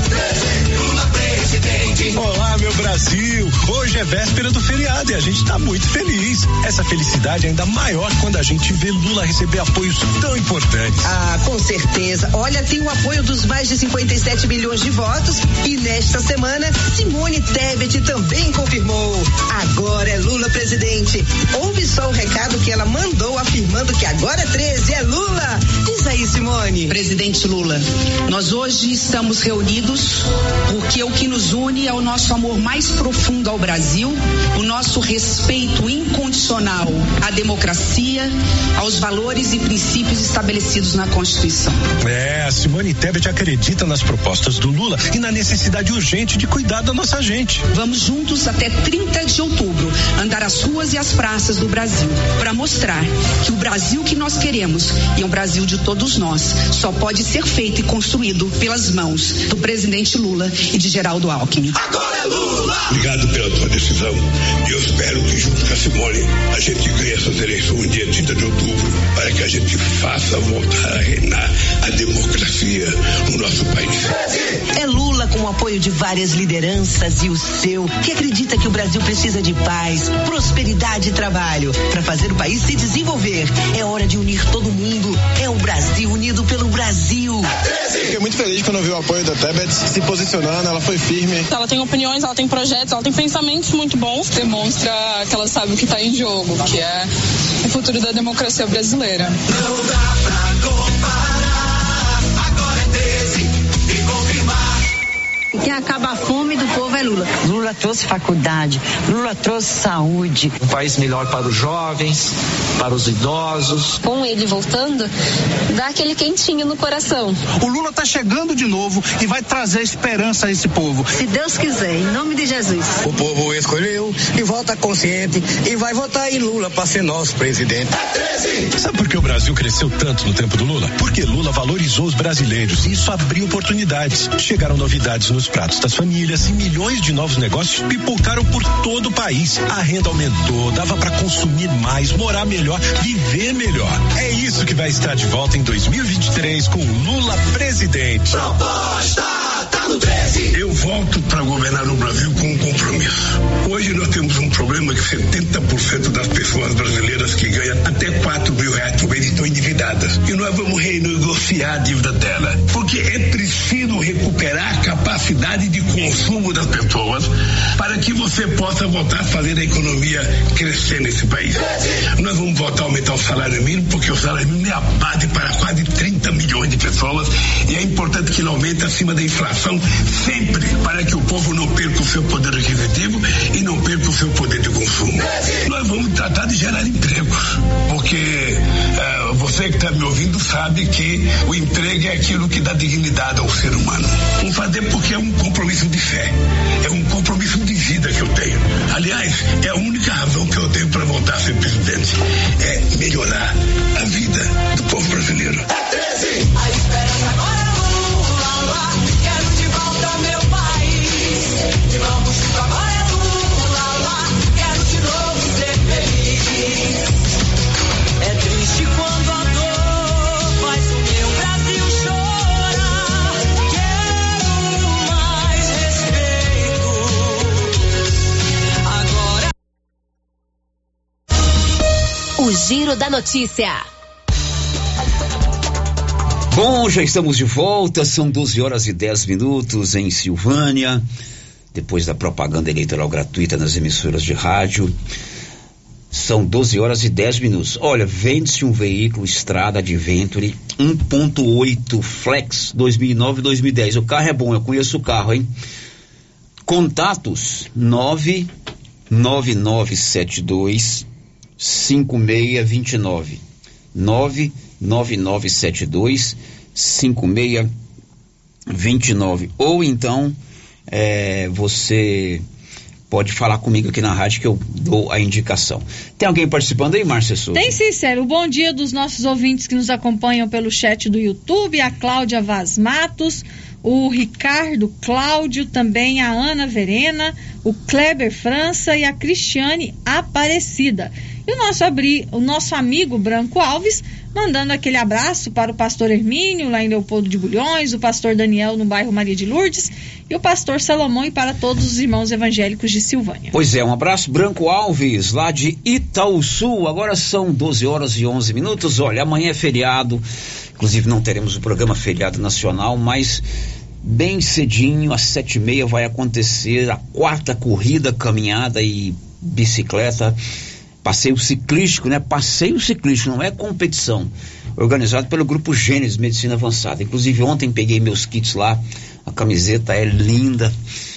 Lula presidente. Olá, meu Brasil. Hoje é véspera do feriado e a gente tá muito feliz. Essa felicidade é ainda maior quando a gente vê Lula receber apoios tão importantes. Ah, com certeza. Olha, tem o apoio dos mais de 57 milhões de votos e nesta semana Simone Tebet também confirmou. Agora é Lula presidente. Ouve só o recado que ela mandou afirmando que agora é 13, é Lula. Diz aí, Simone. Presidente Lula, nós hoje estamos reunidos porque o que nos une é o nosso amor mais profundo ao Brasil, o nosso respeito incondicional à democracia, aos valores e princípios estabelecidos na Constituição. A Simone Tebet acredita nas propostas do Lula e na necessidade urgente de cuidar da nossa gente. Vamos juntos até 30 de outubro andar as ruas e as praças do Brasil para mostrar que o Brasil que nós queremos e é um Brasil de todos nós só pode ser feito e construído pelas mãos do presidente Lula e de Geraldo Alckmin. Agora é Lula! Obrigado pela tua decisão. Eu espero que junto com a Simone a gente ganhe essas eleições dia 30 de outubro para que a gente faça voltar a reinar a democracia no nosso país. É Lula com o apoio de várias lideranças e o seu, que acredita que o Brasil precisa de paz, prosperidade e trabalho para fazer o país se desenvolver. É hora de unir todo mundo. É o Brasil unido pelo Brasil. Fiquei muito feliz quando eu vi o apoio da Tebet se posicionando, ela foi firme. Ela tem opiniões, ela tem projetos, ela tem pensamentos muito bons. Demonstra que ela sabe o que está em jogo, que é o futuro da democracia brasileira. Não dá pra comparar, agora é 13 e confirmar. Quem acaba a fome do povo é Lula. Lula trouxe faculdade, Lula trouxe saúde. Um país melhor para os jovens, para os idosos. Com ele voltando, dá aquele quentinho no coração. O Lula está chegando de novo e vai trazer esperança a esse povo. Se Deus quiser, em nome de Jesus. O povo escolheu e vota consciente e vai votar em Lula para ser nosso presidente. Sabe por que o Brasil cresceu tanto no tempo do Lula? Porque Lula valorizou os brasileiros e isso abriu oportunidades. Chegaram novidades nos pratos das famílias e milhões de novos negócios pipocaram por todo o país. A renda aumentou, dava para consumir mais, morar melhor, viver melhor. É isso que vai estar de volta em 2023 com Lula presidente. Proposta tá no 13. Eu volto para governar o Brasil com um compromisso. Hoje nós temos um problema que 70% das pessoas brasileiras que ganham até R$4.000 por mês estão endividadas. E nós vamos renegociar a dívida dela. Porque é preciso recuperar a capacidade de consumo das pessoas para que você possa voltar a fazer a economia crescer nesse país. Nós vamos voltar a aumentar o salário mínimo, porque o salário mínimo é a base para quase 30 milhões de pessoas e é importante que ele aumente acima da inflação sempre, para que o povo não perca o seu poder aquisitivo e não perca o seu poder de consumo. Nós vamos tratar de gerar empregos, porque você que está me ouvindo sabe que o emprego é aquilo que dá dignidade ao ser humano. Vamos fazer porque é um compromisso de fé, é um compromisso de vida que eu tenho. Aliás, é a única razão que eu tenho para voltar a ser presidente, é melhorar a vida do povo brasileiro. A esperança agora é Lula, quero de volta meu país. E vamos junto agora é Lula, quero de novo ser feliz. É triste quando a dor faz o meu Brasil chorar. Quero mais respeito. Agora. O Giro da Notícia. Bom, já estamos de volta, são 12h10 em Silvânia, depois da propaganda eleitoral gratuita nas emissoras de rádio, são 12h10. Olha, vende-se um veículo Estrada Adventure 1.8 Flex 2009-2010, o carro é bom, eu conheço o carro, hein? Contatos 99972 5629 99972 5629 ou então você pode falar comigo aqui na rádio que eu dou a indicação. Tem alguém participando aí, Márcia Souza? Tem sim, Célio. Bom dia dos nossos ouvintes que nos acompanham pelo chat do YouTube, a Cláudia Vaz Matos, o Ricardo Cláudio, também a Ana Verena, o Kleber França e a Cristiane Aparecida. E o nosso amigo Branco Alves, mandando aquele abraço para o pastor Hermínio, lá em Leopoldo de Bulhões, o pastor Daniel, no bairro Maria de Lourdes, e o pastor Salomão, e para todos os irmãos evangélicos de Silvânia. Pois é, um abraço, Branco Alves, lá de Itaúsul. Agora são 12h11. Olha, amanhã é feriado, inclusive não teremos o programa Feriado Nacional, mas bem cedinho, às 7h30, vai acontecer a 4ª corrida, caminhada e bicicleta, passeio ciclístico, né? Passeio ciclístico, não é competição, organizado pelo Grupo Gênesis Medicina Avançada. Inclusive ontem peguei meus kits lá, a camiseta é linda,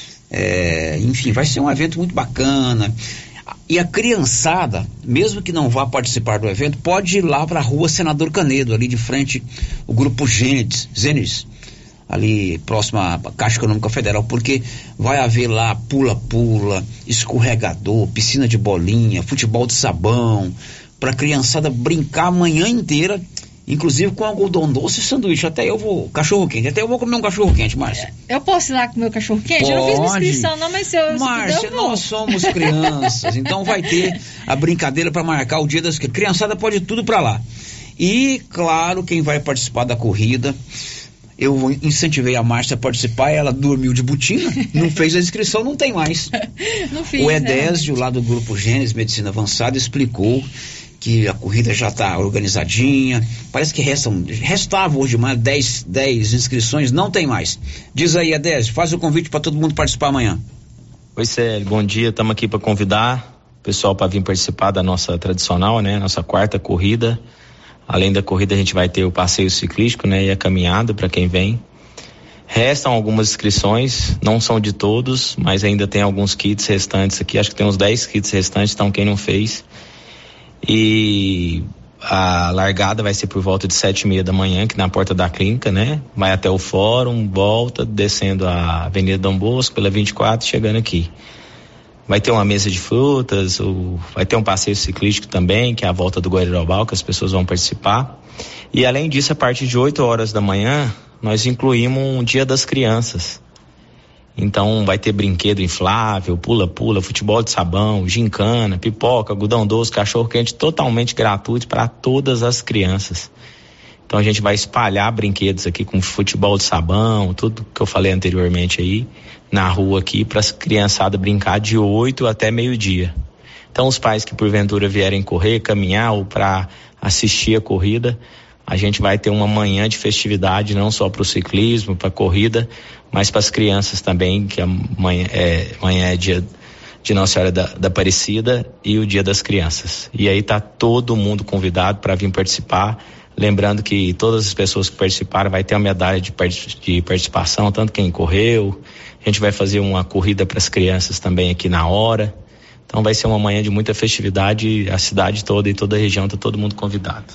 enfim, vai ser um evento muito bacana. E a criançada, mesmo que não vá participar do evento, pode ir lá para a rua Senador Canedo, ali de frente o Grupo Gênesis, ali próximo à Caixa Econômica Federal, porque vai haver lá pula-pula, escorregador, piscina de bolinha, futebol de sabão, para a criançada brincar a manhã inteira, inclusive com algodão doce e sanduíche. Até eu vou, cachorro-quente, até eu vou comer um cachorro-quente, Márcia. Eu posso ir lá comer o cachorro-quente? Pode. Eu não fiz minha inscrição não, mas se eu Márcia, nós somos crianças, então vai ter a brincadeira para marcar o dia das crianças. Criançada pode ir tudo para lá. E, claro, quem vai participar da corrida, eu incentivei a Márcia a participar, ela dormiu de botina, não fez a inscrição, não tem mais. Não fiz, o Edésio, lá do Grupo Gênesis Medicina Avançada, explicou que a corrida já está organizadinha, parece que restava hoje mais 10 inscrições, não tem mais. Diz aí, Edésio, faz o convite para todo mundo participar amanhã. Oi, Célio, bom dia, estamos aqui para convidar o pessoal para vir participar da nossa tradicional, né, nossa 4ª corrida. Além da corrida, a gente vai ter o passeio ciclístico, né, e a caminhada para quem vem. Restam algumas inscrições, não são de todos, mas ainda tem alguns kits restantes aqui, acho que tem uns 10 kits restantes, então quem não fez. E a largada vai ser por volta de 7h30 da manhã, aqui na porta da clínica, né? Vai até o fórum, volta, descendo a Avenida Dom Bosco, pela 24, chegando aqui. Vai ter uma mesa de frutas, vai ter um passeio ciclístico também, que é a volta do Guarirobal, que as pessoas vão participar. E além disso, a partir de 8 horas da manhã, nós incluímos um Dia das Crianças. Então vai ter brinquedo inflável, pula-pula, futebol de sabão, gincana, pipoca, algodão doce, cachorro-quente, totalmente gratuito para todas as crianças. Então a gente vai espalhar brinquedos aqui com futebol de sabão, tudo que eu falei anteriormente aí, na rua aqui, para as criançadas brincar de 8 até meio-dia. Então os pais que porventura vierem correr, caminhar ou para assistir a corrida, a gente vai ter uma manhã de festividade, não só para o ciclismo, para a corrida, mas para as crianças também, que amanhã é dia de Nossa Senhora da Aparecida e o Dia das Crianças. E aí tá todo mundo convidado para vir participar. Lembrando que todas as pessoas que participaram vai ter uma medalha de participação, tanto quem correu. A gente vai fazer uma corrida para as crianças também aqui na hora. Então vai ser uma manhã de muita festividade, a cidade toda e toda a região, tá todo mundo convidado.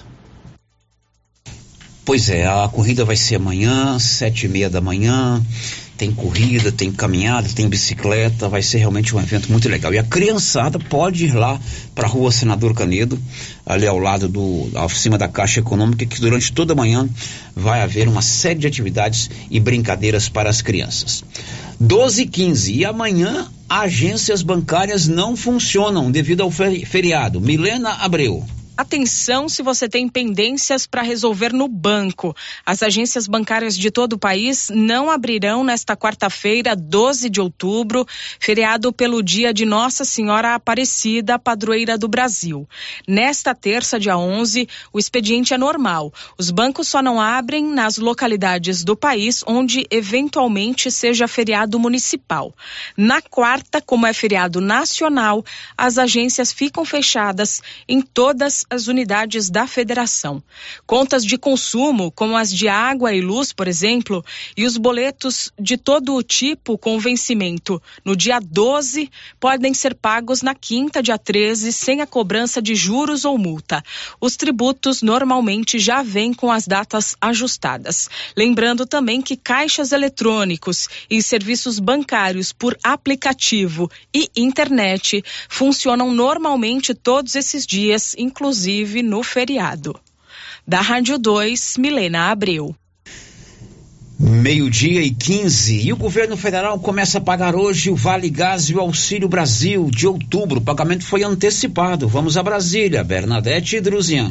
Pois é, a corrida vai ser amanhã, 7h30 da manhã, tem corrida, tem caminhada, tem bicicleta, vai ser realmente um evento muito legal. E a criançada pode ir lá para a Rua Senador Canedo, ali ao lado acima da Caixa Econômica, que durante toda a manhã vai haver uma série de atividades e brincadeiras para as crianças. 12h15, e amanhã agências bancárias não funcionam devido ao feriado. Milena Abreu. Atenção se você tem pendências para resolver no banco. As agências bancárias de todo o país não abrirão nesta quarta-feira, 12 de outubro, feriado pelo dia de Nossa Senhora Aparecida, padroeira do Brasil. Nesta terça, dia 11, o expediente é normal. Os bancos só não abrem nas localidades do país onde eventualmente seja feriado municipal. Na quarta, como é feriado nacional, as agências ficam fechadas em todas as unidades da federação. Contas de consumo, como as de água e luz, por exemplo, e os boletos de todo o tipo com vencimento no dia 12, podem ser pagos na quinta, dia 13, sem a cobrança de juros ou multa. Os tributos normalmente já vêm com as datas ajustadas. Lembrando também que caixas eletrônicos e serviços bancários por aplicativo e internet funcionam normalmente todos esses dias, inclusive no feriado. Da Rádio 2, Milena Abreu. 12h15, e o governo federal começa a pagar hoje o Vale Gás e o Auxílio Brasil de outubro. O pagamento foi antecipado. Vamos a Brasília, Bernadette Druzian.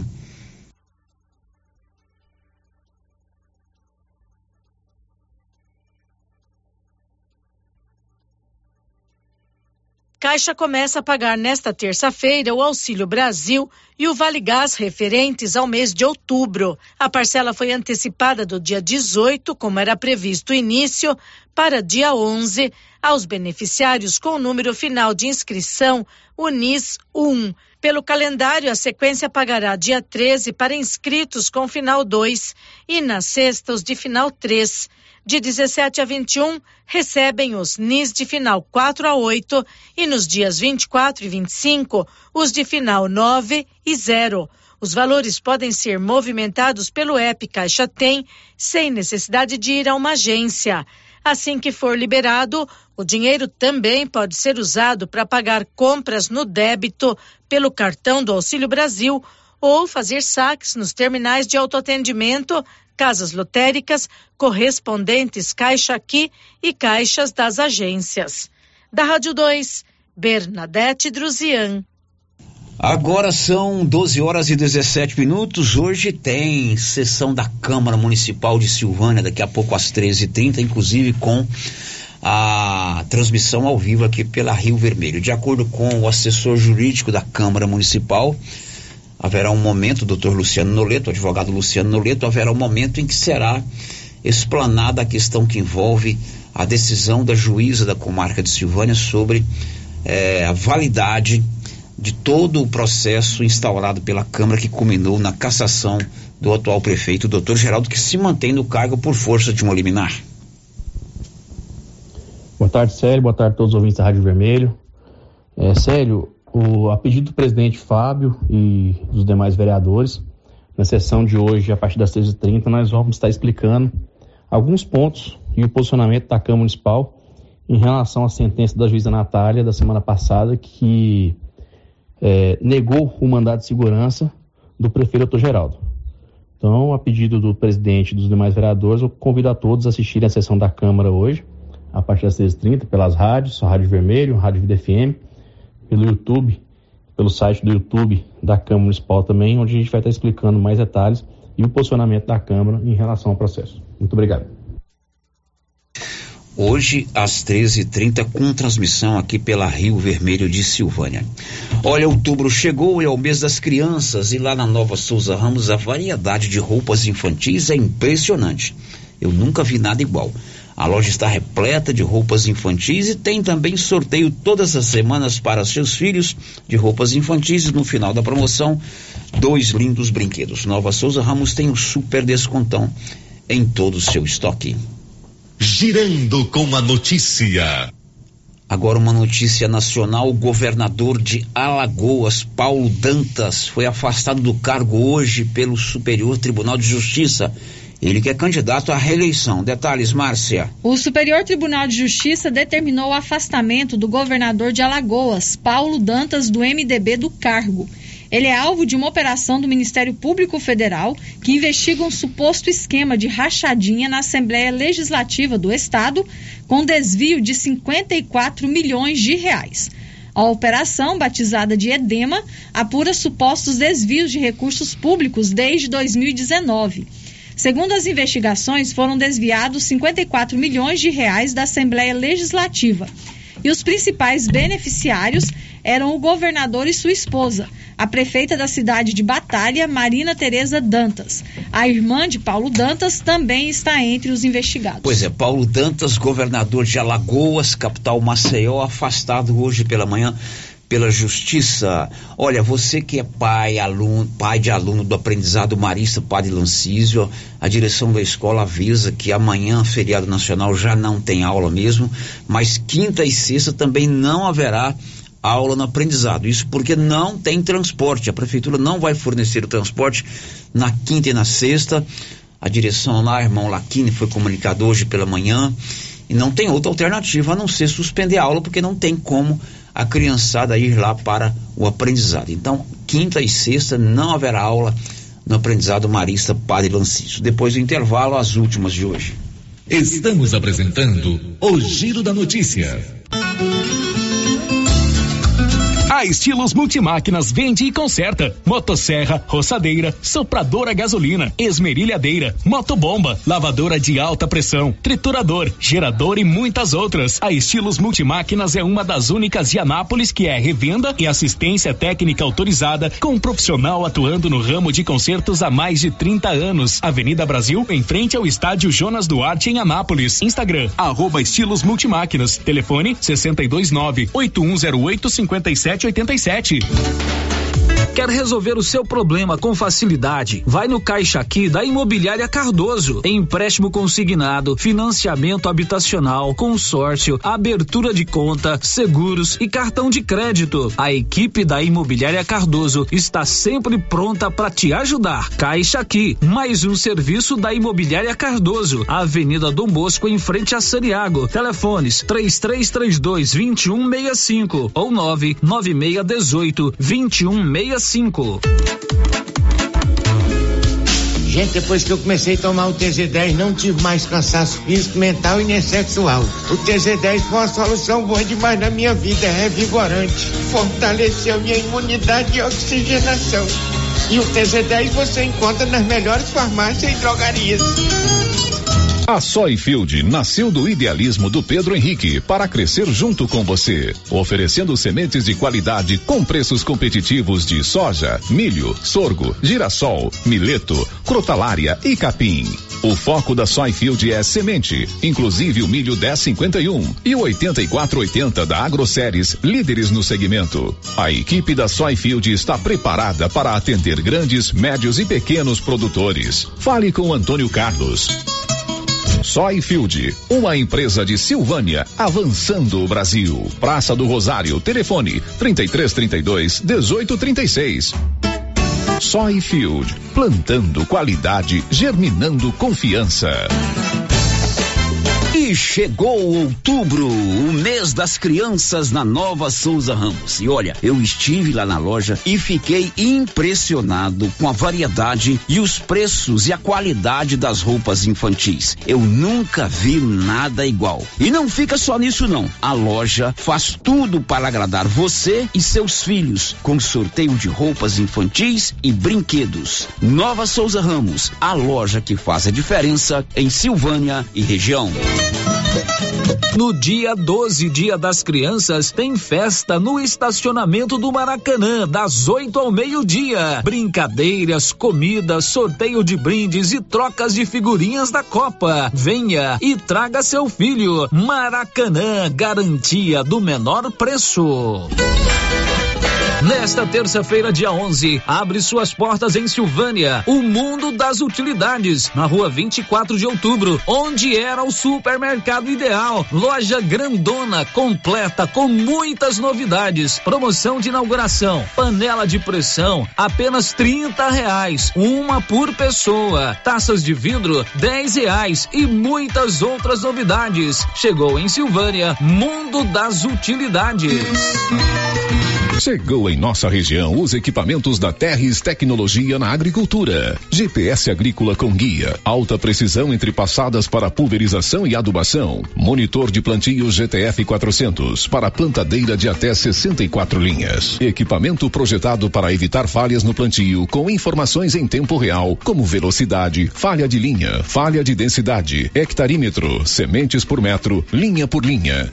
Caixa começa a pagar nesta terça-feira o Auxílio Brasil e o Vale Gás referentes ao mês de outubro. A parcela foi antecipada do dia 18, como era previsto o início, para dia 11, aos beneficiários com o número final de inscrição UNIS 1. Pelo calendário, a sequência pagará dia 13 para inscritos com final 2 e nas sextas de final 3. De 17 a 21, recebem os NIS de final 4 a 8 e nos dias 24 e 25, os de final 9 e 0. Os valores podem ser movimentados pelo app Caixa Tem, sem necessidade de ir a uma agência. Assim que for liberado, o dinheiro também pode ser usado para pagar compras no débito pelo cartão do Auxílio Brasil ou fazer saques nos terminais de autoatendimento, casas lotéricas, correspondentes Caixa Aqui e caixas das agências. Da Rádio 2, Bernadette Druzian. Agora são 12h17. Hoje tem sessão da Câmara Municipal de Silvânia, daqui a pouco às 13h30, inclusive com a transmissão ao vivo aqui pela Rio Vermelho. De acordo com o assessor jurídico da Câmara Municipal, haverá um momento, doutor Luciano Noleto, advogado Luciano Noleto, haverá um momento em que será explanada a questão que envolve a decisão da juíza da comarca de Silvânia sobre a validade de todo o processo instaurado pela Câmara, que culminou na cassação do atual prefeito, doutor Geraldo, que se mantém no cargo por força de uma liminar. tarde, Célio. Boa tarde a todos os ouvintes da Rádio Vermelho. Célio, a pedido do presidente Fábio e dos demais vereadores, na sessão de hoje, a partir das 13h30, nós vamos estar explicando alguns pontos e o posicionamento da Câmara Municipal em relação à sentença da juíza Natália da semana passada, que negou o mandado de segurança do prefeito Dr. Geraldo. Então, a pedido do presidente e dos demais vereadores, eu convido a todos a assistirem a sessão da Câmara hoje, a partir das 13h30, pelas rádios, a Rádio Vermelho, a Rádio Vida FM, pelo YouTube, pelo site do YouTube da Câmara Municipal também, onde a gente vai estar explicando mais detalhes e o posicionamento da Câmara em relação ao processo. Muito obrigado. Hoje, às 13h30, com transmissão aqui pela Rio Vermelho de Silvânia. Olha, outubro chegou e é o mês das crianças, e lá na Nova Souza Ramos a variedade de roupas infantis é impressionante. Eu nunca vi nada igual. A loja está repleta de roupas infantis e tem também sorteio todas as semanas para seus filhos de roupas infantis, e no final da promoção, 2 lindos brinquedos. Nova Souza Ramos tem um super descontão em todo o seu estoque. Girando com a notícia. Agora uma notícia nacional: o governador de Alagoas, Paulo Dantas, foi afastado do cargo hoje pelo Superior Tribunal de Justiça. Ele que é candidato à reeleição. Detalhes, Márcia. O Superior Tribunal de Justiça determinou o afastamento do governador de Alagoas, Paulo Dantas, do MDB, do cargo. Ele é alvo de uma operação do Ministério Público Federal que investiga um suposto esquema de rachadinha na Assembleia Legislativa do Estado com desvio de 54 milhões de reais. A operação, batizada de Edema, apura supostos desvios de recursos públicos desde 2019. Segundo as investigações, foram desviados 54 milhões de reais da Assembleia Legislativa. E os principais beneficiários eram o governador e sua esposa, a prefeita da cidade de Batalha, Marina Tereza Dantas. A irmã de Paulo Dantas também está entre os investigados. Pois é, Paulo Dantas, governador de Alagoas, capital Maceió, afastado hoje pela manhã pela Justiça. Olha, você que é pai de aluno do aprendizado marista Padre Lancísio, a direção da escola avisa que amanhã, feriado nacional, já não tem aula mesmo, mas quinta e sexta também não haverá aula no aprendizado. Isso porque não tem transporte. A prefeitura não vai fornecer o transporte na quinta e na sexta. A direção lá, irmão Laquini, foi comunicado hoje pela manhã, e não tem outra alternativa a não ser suspender a aula, porque não tem como a criançada ir lá para o aprendizado. Então, quinta e sexta não haverá aula no aprendizado marista Padre Lancísio. Depois do intervalo, as últimas de hoje. Estamos apresentando o Giro da Notícia. A Estilos Multimáquinas vende e conserta motosserra, roçadeira, sopradora a gasolina, esmerilhadeira, motobomba, lavadora de alta pressão, triturador, gerador e muitas outras. A Estilos Multimáquinas é uma das únicas de Anápolis que é revenda e assistência técnica autorizada, com um profissional atuando no ramo de consertos há mais de 30 anos. Avenida Brasil, em frente ao estádio Jonas Duarte, em Anápolis. Instagram, @Estilos Multimáquinas. Telefone 629-8108-5787. Quer resolver o seu problema com facilidade? Vai no Caixa Aqui da Imobiliária Cardoso. Empréstimo consignado, financiamento habitacional, consórcio, abertura de conta, seguros e cartão de crédito. A equipe da Imobiliária Cardoso está sempre pronta para te ajudar. Caixa Aqui, mais um serviço da Imobiliária Cardoso. Avenida Dom Bosco, em frente a Saniago. Telefones 3332-2165 ou 99618-2165. Gente, depois que eu comecei a tomar o TZ10, não tive mais cansaço físico, mental e nem sexual. O TZ10 foi uma solução boa demais na minha vida, é revigorante, fortaleceu minha imunidade e oxigenação. E o TZ10 você encontra nas melhores farmácias e drogarias. A Soyfield nasceu do idealismo do Pedro Henrique para crescer junto com você, oferecendo sementes de qualidade com preços competitivos de soja, milho, sorgo, girassol, mileto, crotalária e capim. O foco da Soyfield é semente, inclusive o milho 1051 e o 8480 da AgroSéries, líderes no segmento. A equipe da Soyfield está preparada para atender grandes, médios e pequenos produtores. Fale com Antônio Carlos. Soy Field, uma empresa de Silvânia, avançando o Brasil. Praça do Rosário, telefone 3332-1836. Soy Field, plantando qualidade, germinando confiança. E chegou outubro, o mês das crianças na Nova Souza Ramos. E olha, eu estive lá na loja e fiquei impressionado com a variedade e os preços e a qualidade das roupas infantis. Eu nunca vi nada igual. E não fica só nisso não. A loja faz tudo para agradar você e seus filhos, com sorteio de roupas infantis e brinquedos. Nova Souza Ramos, a loja que faz a diferença em Silvânia e região. No dia 12, Dia das Crianças, tem festa no estacionamento do Maracanã, das 8 ao meio-dia. Brincadeiras, comidas, sorteio de brindes e trocas de figurinhas da Copa. Venha e traga seu filho. Maracanã, garantia do menor preço. Nesta terça-feira, dia 11, abre suas portas em Silvânia, o Mundo das Utilidades, na rua 24 de outubro, onde era o supermercado ideal. Loja grandona, completa, com muitas novidades. Promoção de inauguração, panela de pressão, apenas R$30, uma por pessoa. Taças de vidro, R$10 e muitas outras novidades. Chegou em Silvânia, Mundo das Utilidades. Chegou em nossa região os equipamentos da Terres Tecnologia na Agricultura. GPS agrícola com guia, alta precisão entre passadas para pulverização e adubação. Monitor de plantio GTF 400 para plantadeira de até 64 linhas. Equipamento projetado para evitar falhas no plantio com informações em tempo real, como velocidade, falha de linha, falha de densidade, hectarímetro, sementes por metro, linha por linha.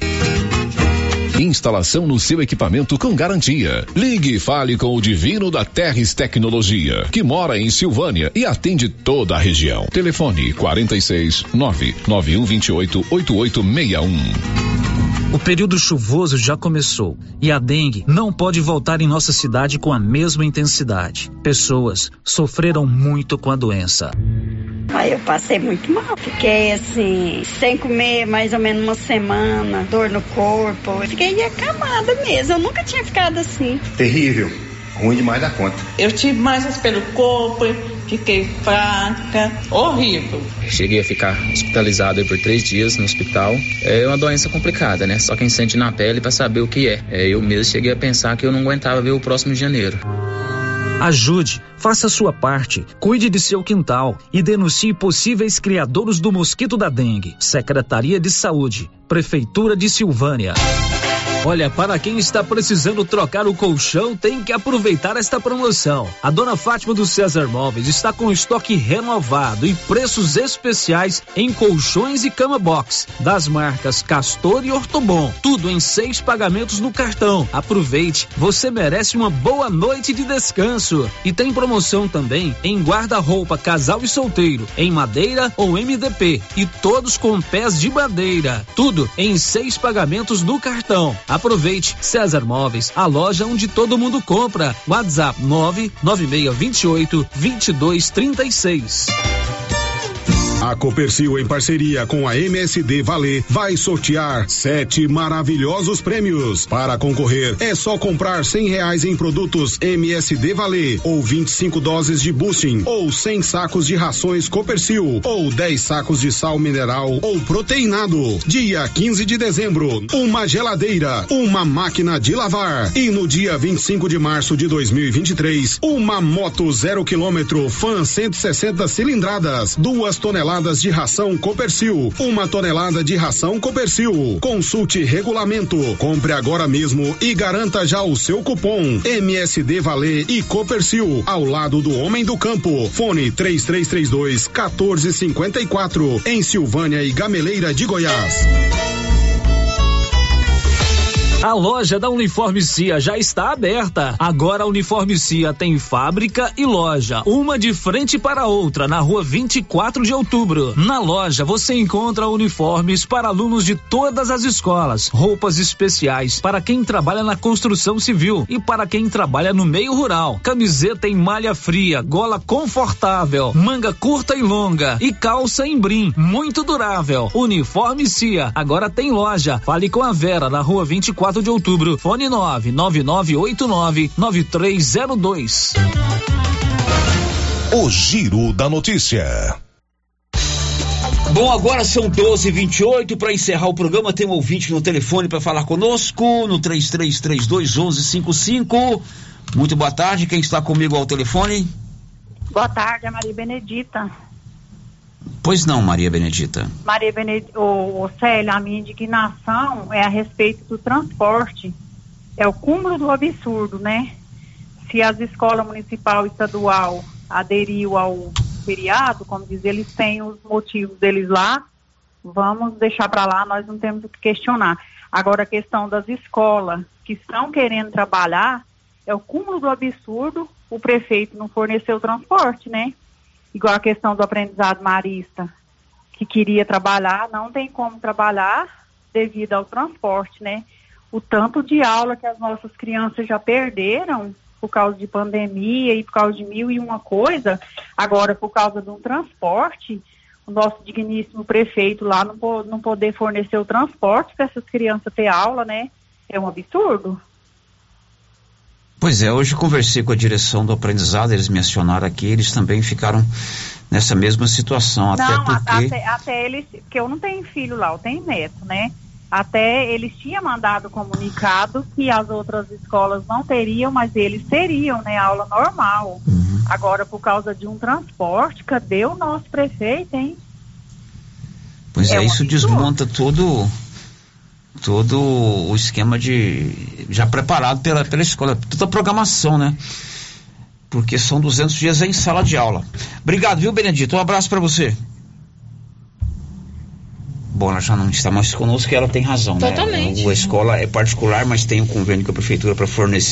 Instalação no seu equipamento com garantia. Ligue e fale com o Divino da Terres Tecnologia, que mora em Silvânia e atende toda a região. Telefone 46 99128 8861. O período chuvoso já começou e a dengue não pode voltar em nossa cidade com a mesma intensidade. Pessoas sofreram muito com a doença. Aí eu passei muito mal, fiquei assim, sem comer mais ou menos uma semana, dor no corpo, fiquei acamada mesmo, eu nunca tinha ficado assim. Terrível, ruim demais da conta. Eu tive manchas pelo corpo, fiquei fraca, horrível. Cheguei a ficar hospitalizado aí por 3 dias no hospital. É uma doença complicada, né? Só quem sente na pele pra saber o que é. Eu mesmo cheguei a pensar que eu não aguentava ver o próximo de janeiro. Ajude, faça a sua parte, cuide de seu quintal e denuncie possíveis criadouros do mosquito da dengue. Secretaria de Saúde, Prefeitura de Silvânia. Olha, para quem está precisando trocar o colchão, tem que aproveitar esta promoção. A dona Fátima do César Móveis está com estoque renovado e preços especiais em colchões e cama box, das marcas Castor e Ortobon. Tudo em 6 pagamentos no cartão. Aproveite, você merece uma boa noite de descanso. E tem promoção também em guarda-roupa casal e solteiro, em madeira ou MDP, e todos com pés de madeira. Tudo em 6 pagamentos no cartão. Aproveite, César Móveis, a loja onde todo mundo compra. WhatsApp 99628-2236. A Copercil, em parceria com a MSD Valer, vai sortear 7 maravilhosos prêmios. Para concorrer, é só comprar R$100 em produtos MSD Valer, ou 25 doses de boosting, ou 100 sacos de rações Copercil, ou 10 sacos de sal mineral ou proteinado. Dia 15 de dezembro, uma geladeira, uma máquina de lavar. E no dia 25 de março de 2023, uma moto 0 km Fan 160 cilindradas, 2 toneladas de ração Copercil, 1 tonelada de ração Copercil. Consulte regulamento, compre agora mesmo e garanta já o seu cupom MSD Valer e Copercil, ao lado do homem do campo. Fone 3332-1454, em Silvânia e Gameleira de Goiás. A loja da Uniforme Cia já está aberta. Agora a Uniforme Cia tem fábrica e loja, uma de frente para a outra, na rua 24 de outubro. Na loja você encontra uniformes para alunos de todas as escolas, roupas especiais para quem trabalha na construção civil e para quem trabalha no meio rural, camiseta em malha fria, gola confortável, manga curta e longa e calça em brim, muito durável. Uniforme Cia, agora tem loja. Fale com a Vera na rua 24 de outubro, fone 999899302. O Giro da Notícia. Bom, agora são 12h28. Para encerrar o programa, tem um ouvinte no telefone para falar conosco no 33321155. Muito boa tarde. Quem está comigo ao telefone? Boa tarde, é Maria Benedita. Pois não, Maria Benedita. Maria Benedita, Célia, a minha indignação é a respeito do transporte. É o cúmulo do absurdo, né? Se as escolas municipal e estadual aderiu ao feriado, como diz, eles têm os motivos deles lá, vamos deixar para lá, nós não temos o que questionar. Agora, a questão das escolas que estão querendo trabalhar, é o cúmulo do absurdo, o prefeito não forneceu o transporte, né? Igual a questão do aprendizado marista, que queria trabalhar, não tem como trabalhar devido ao transporte, né? O tanto de aula que as nossas crianças já perderam por causa de pandemia e por causa de 1001 coisa, agora por causa de um transporte, o nosso digníssimo prefeito lá não poder fornecer o transporte para essas crianças ter aula, né? É um absurdo. Pois é, hoje conversei com a direção do aprendizado, eles mencionaram aqui, eles também ficaram nessa mesma situação, até eles, porque eu não tenho filho lá, eu tenho neto, né? Até eles tinham mandado comunicado que as outras escolas não teriam, mas eles teriam, né, aula normal. Uhum. Agora, por causa de um transporte, cadê o nosso prefeito, hein? Pois é, isso desmonta todo o esquema já preparado pela escola, toda a programação, né? Porque são 200 dias em sala de aula. Obrigado, viu, Benedito? Um abraço para você. Bom, ela já não está mais conosco, ela tem razão, totalmente, né? A escola é particular, mas tem um convênio com a prefeitura para fornecer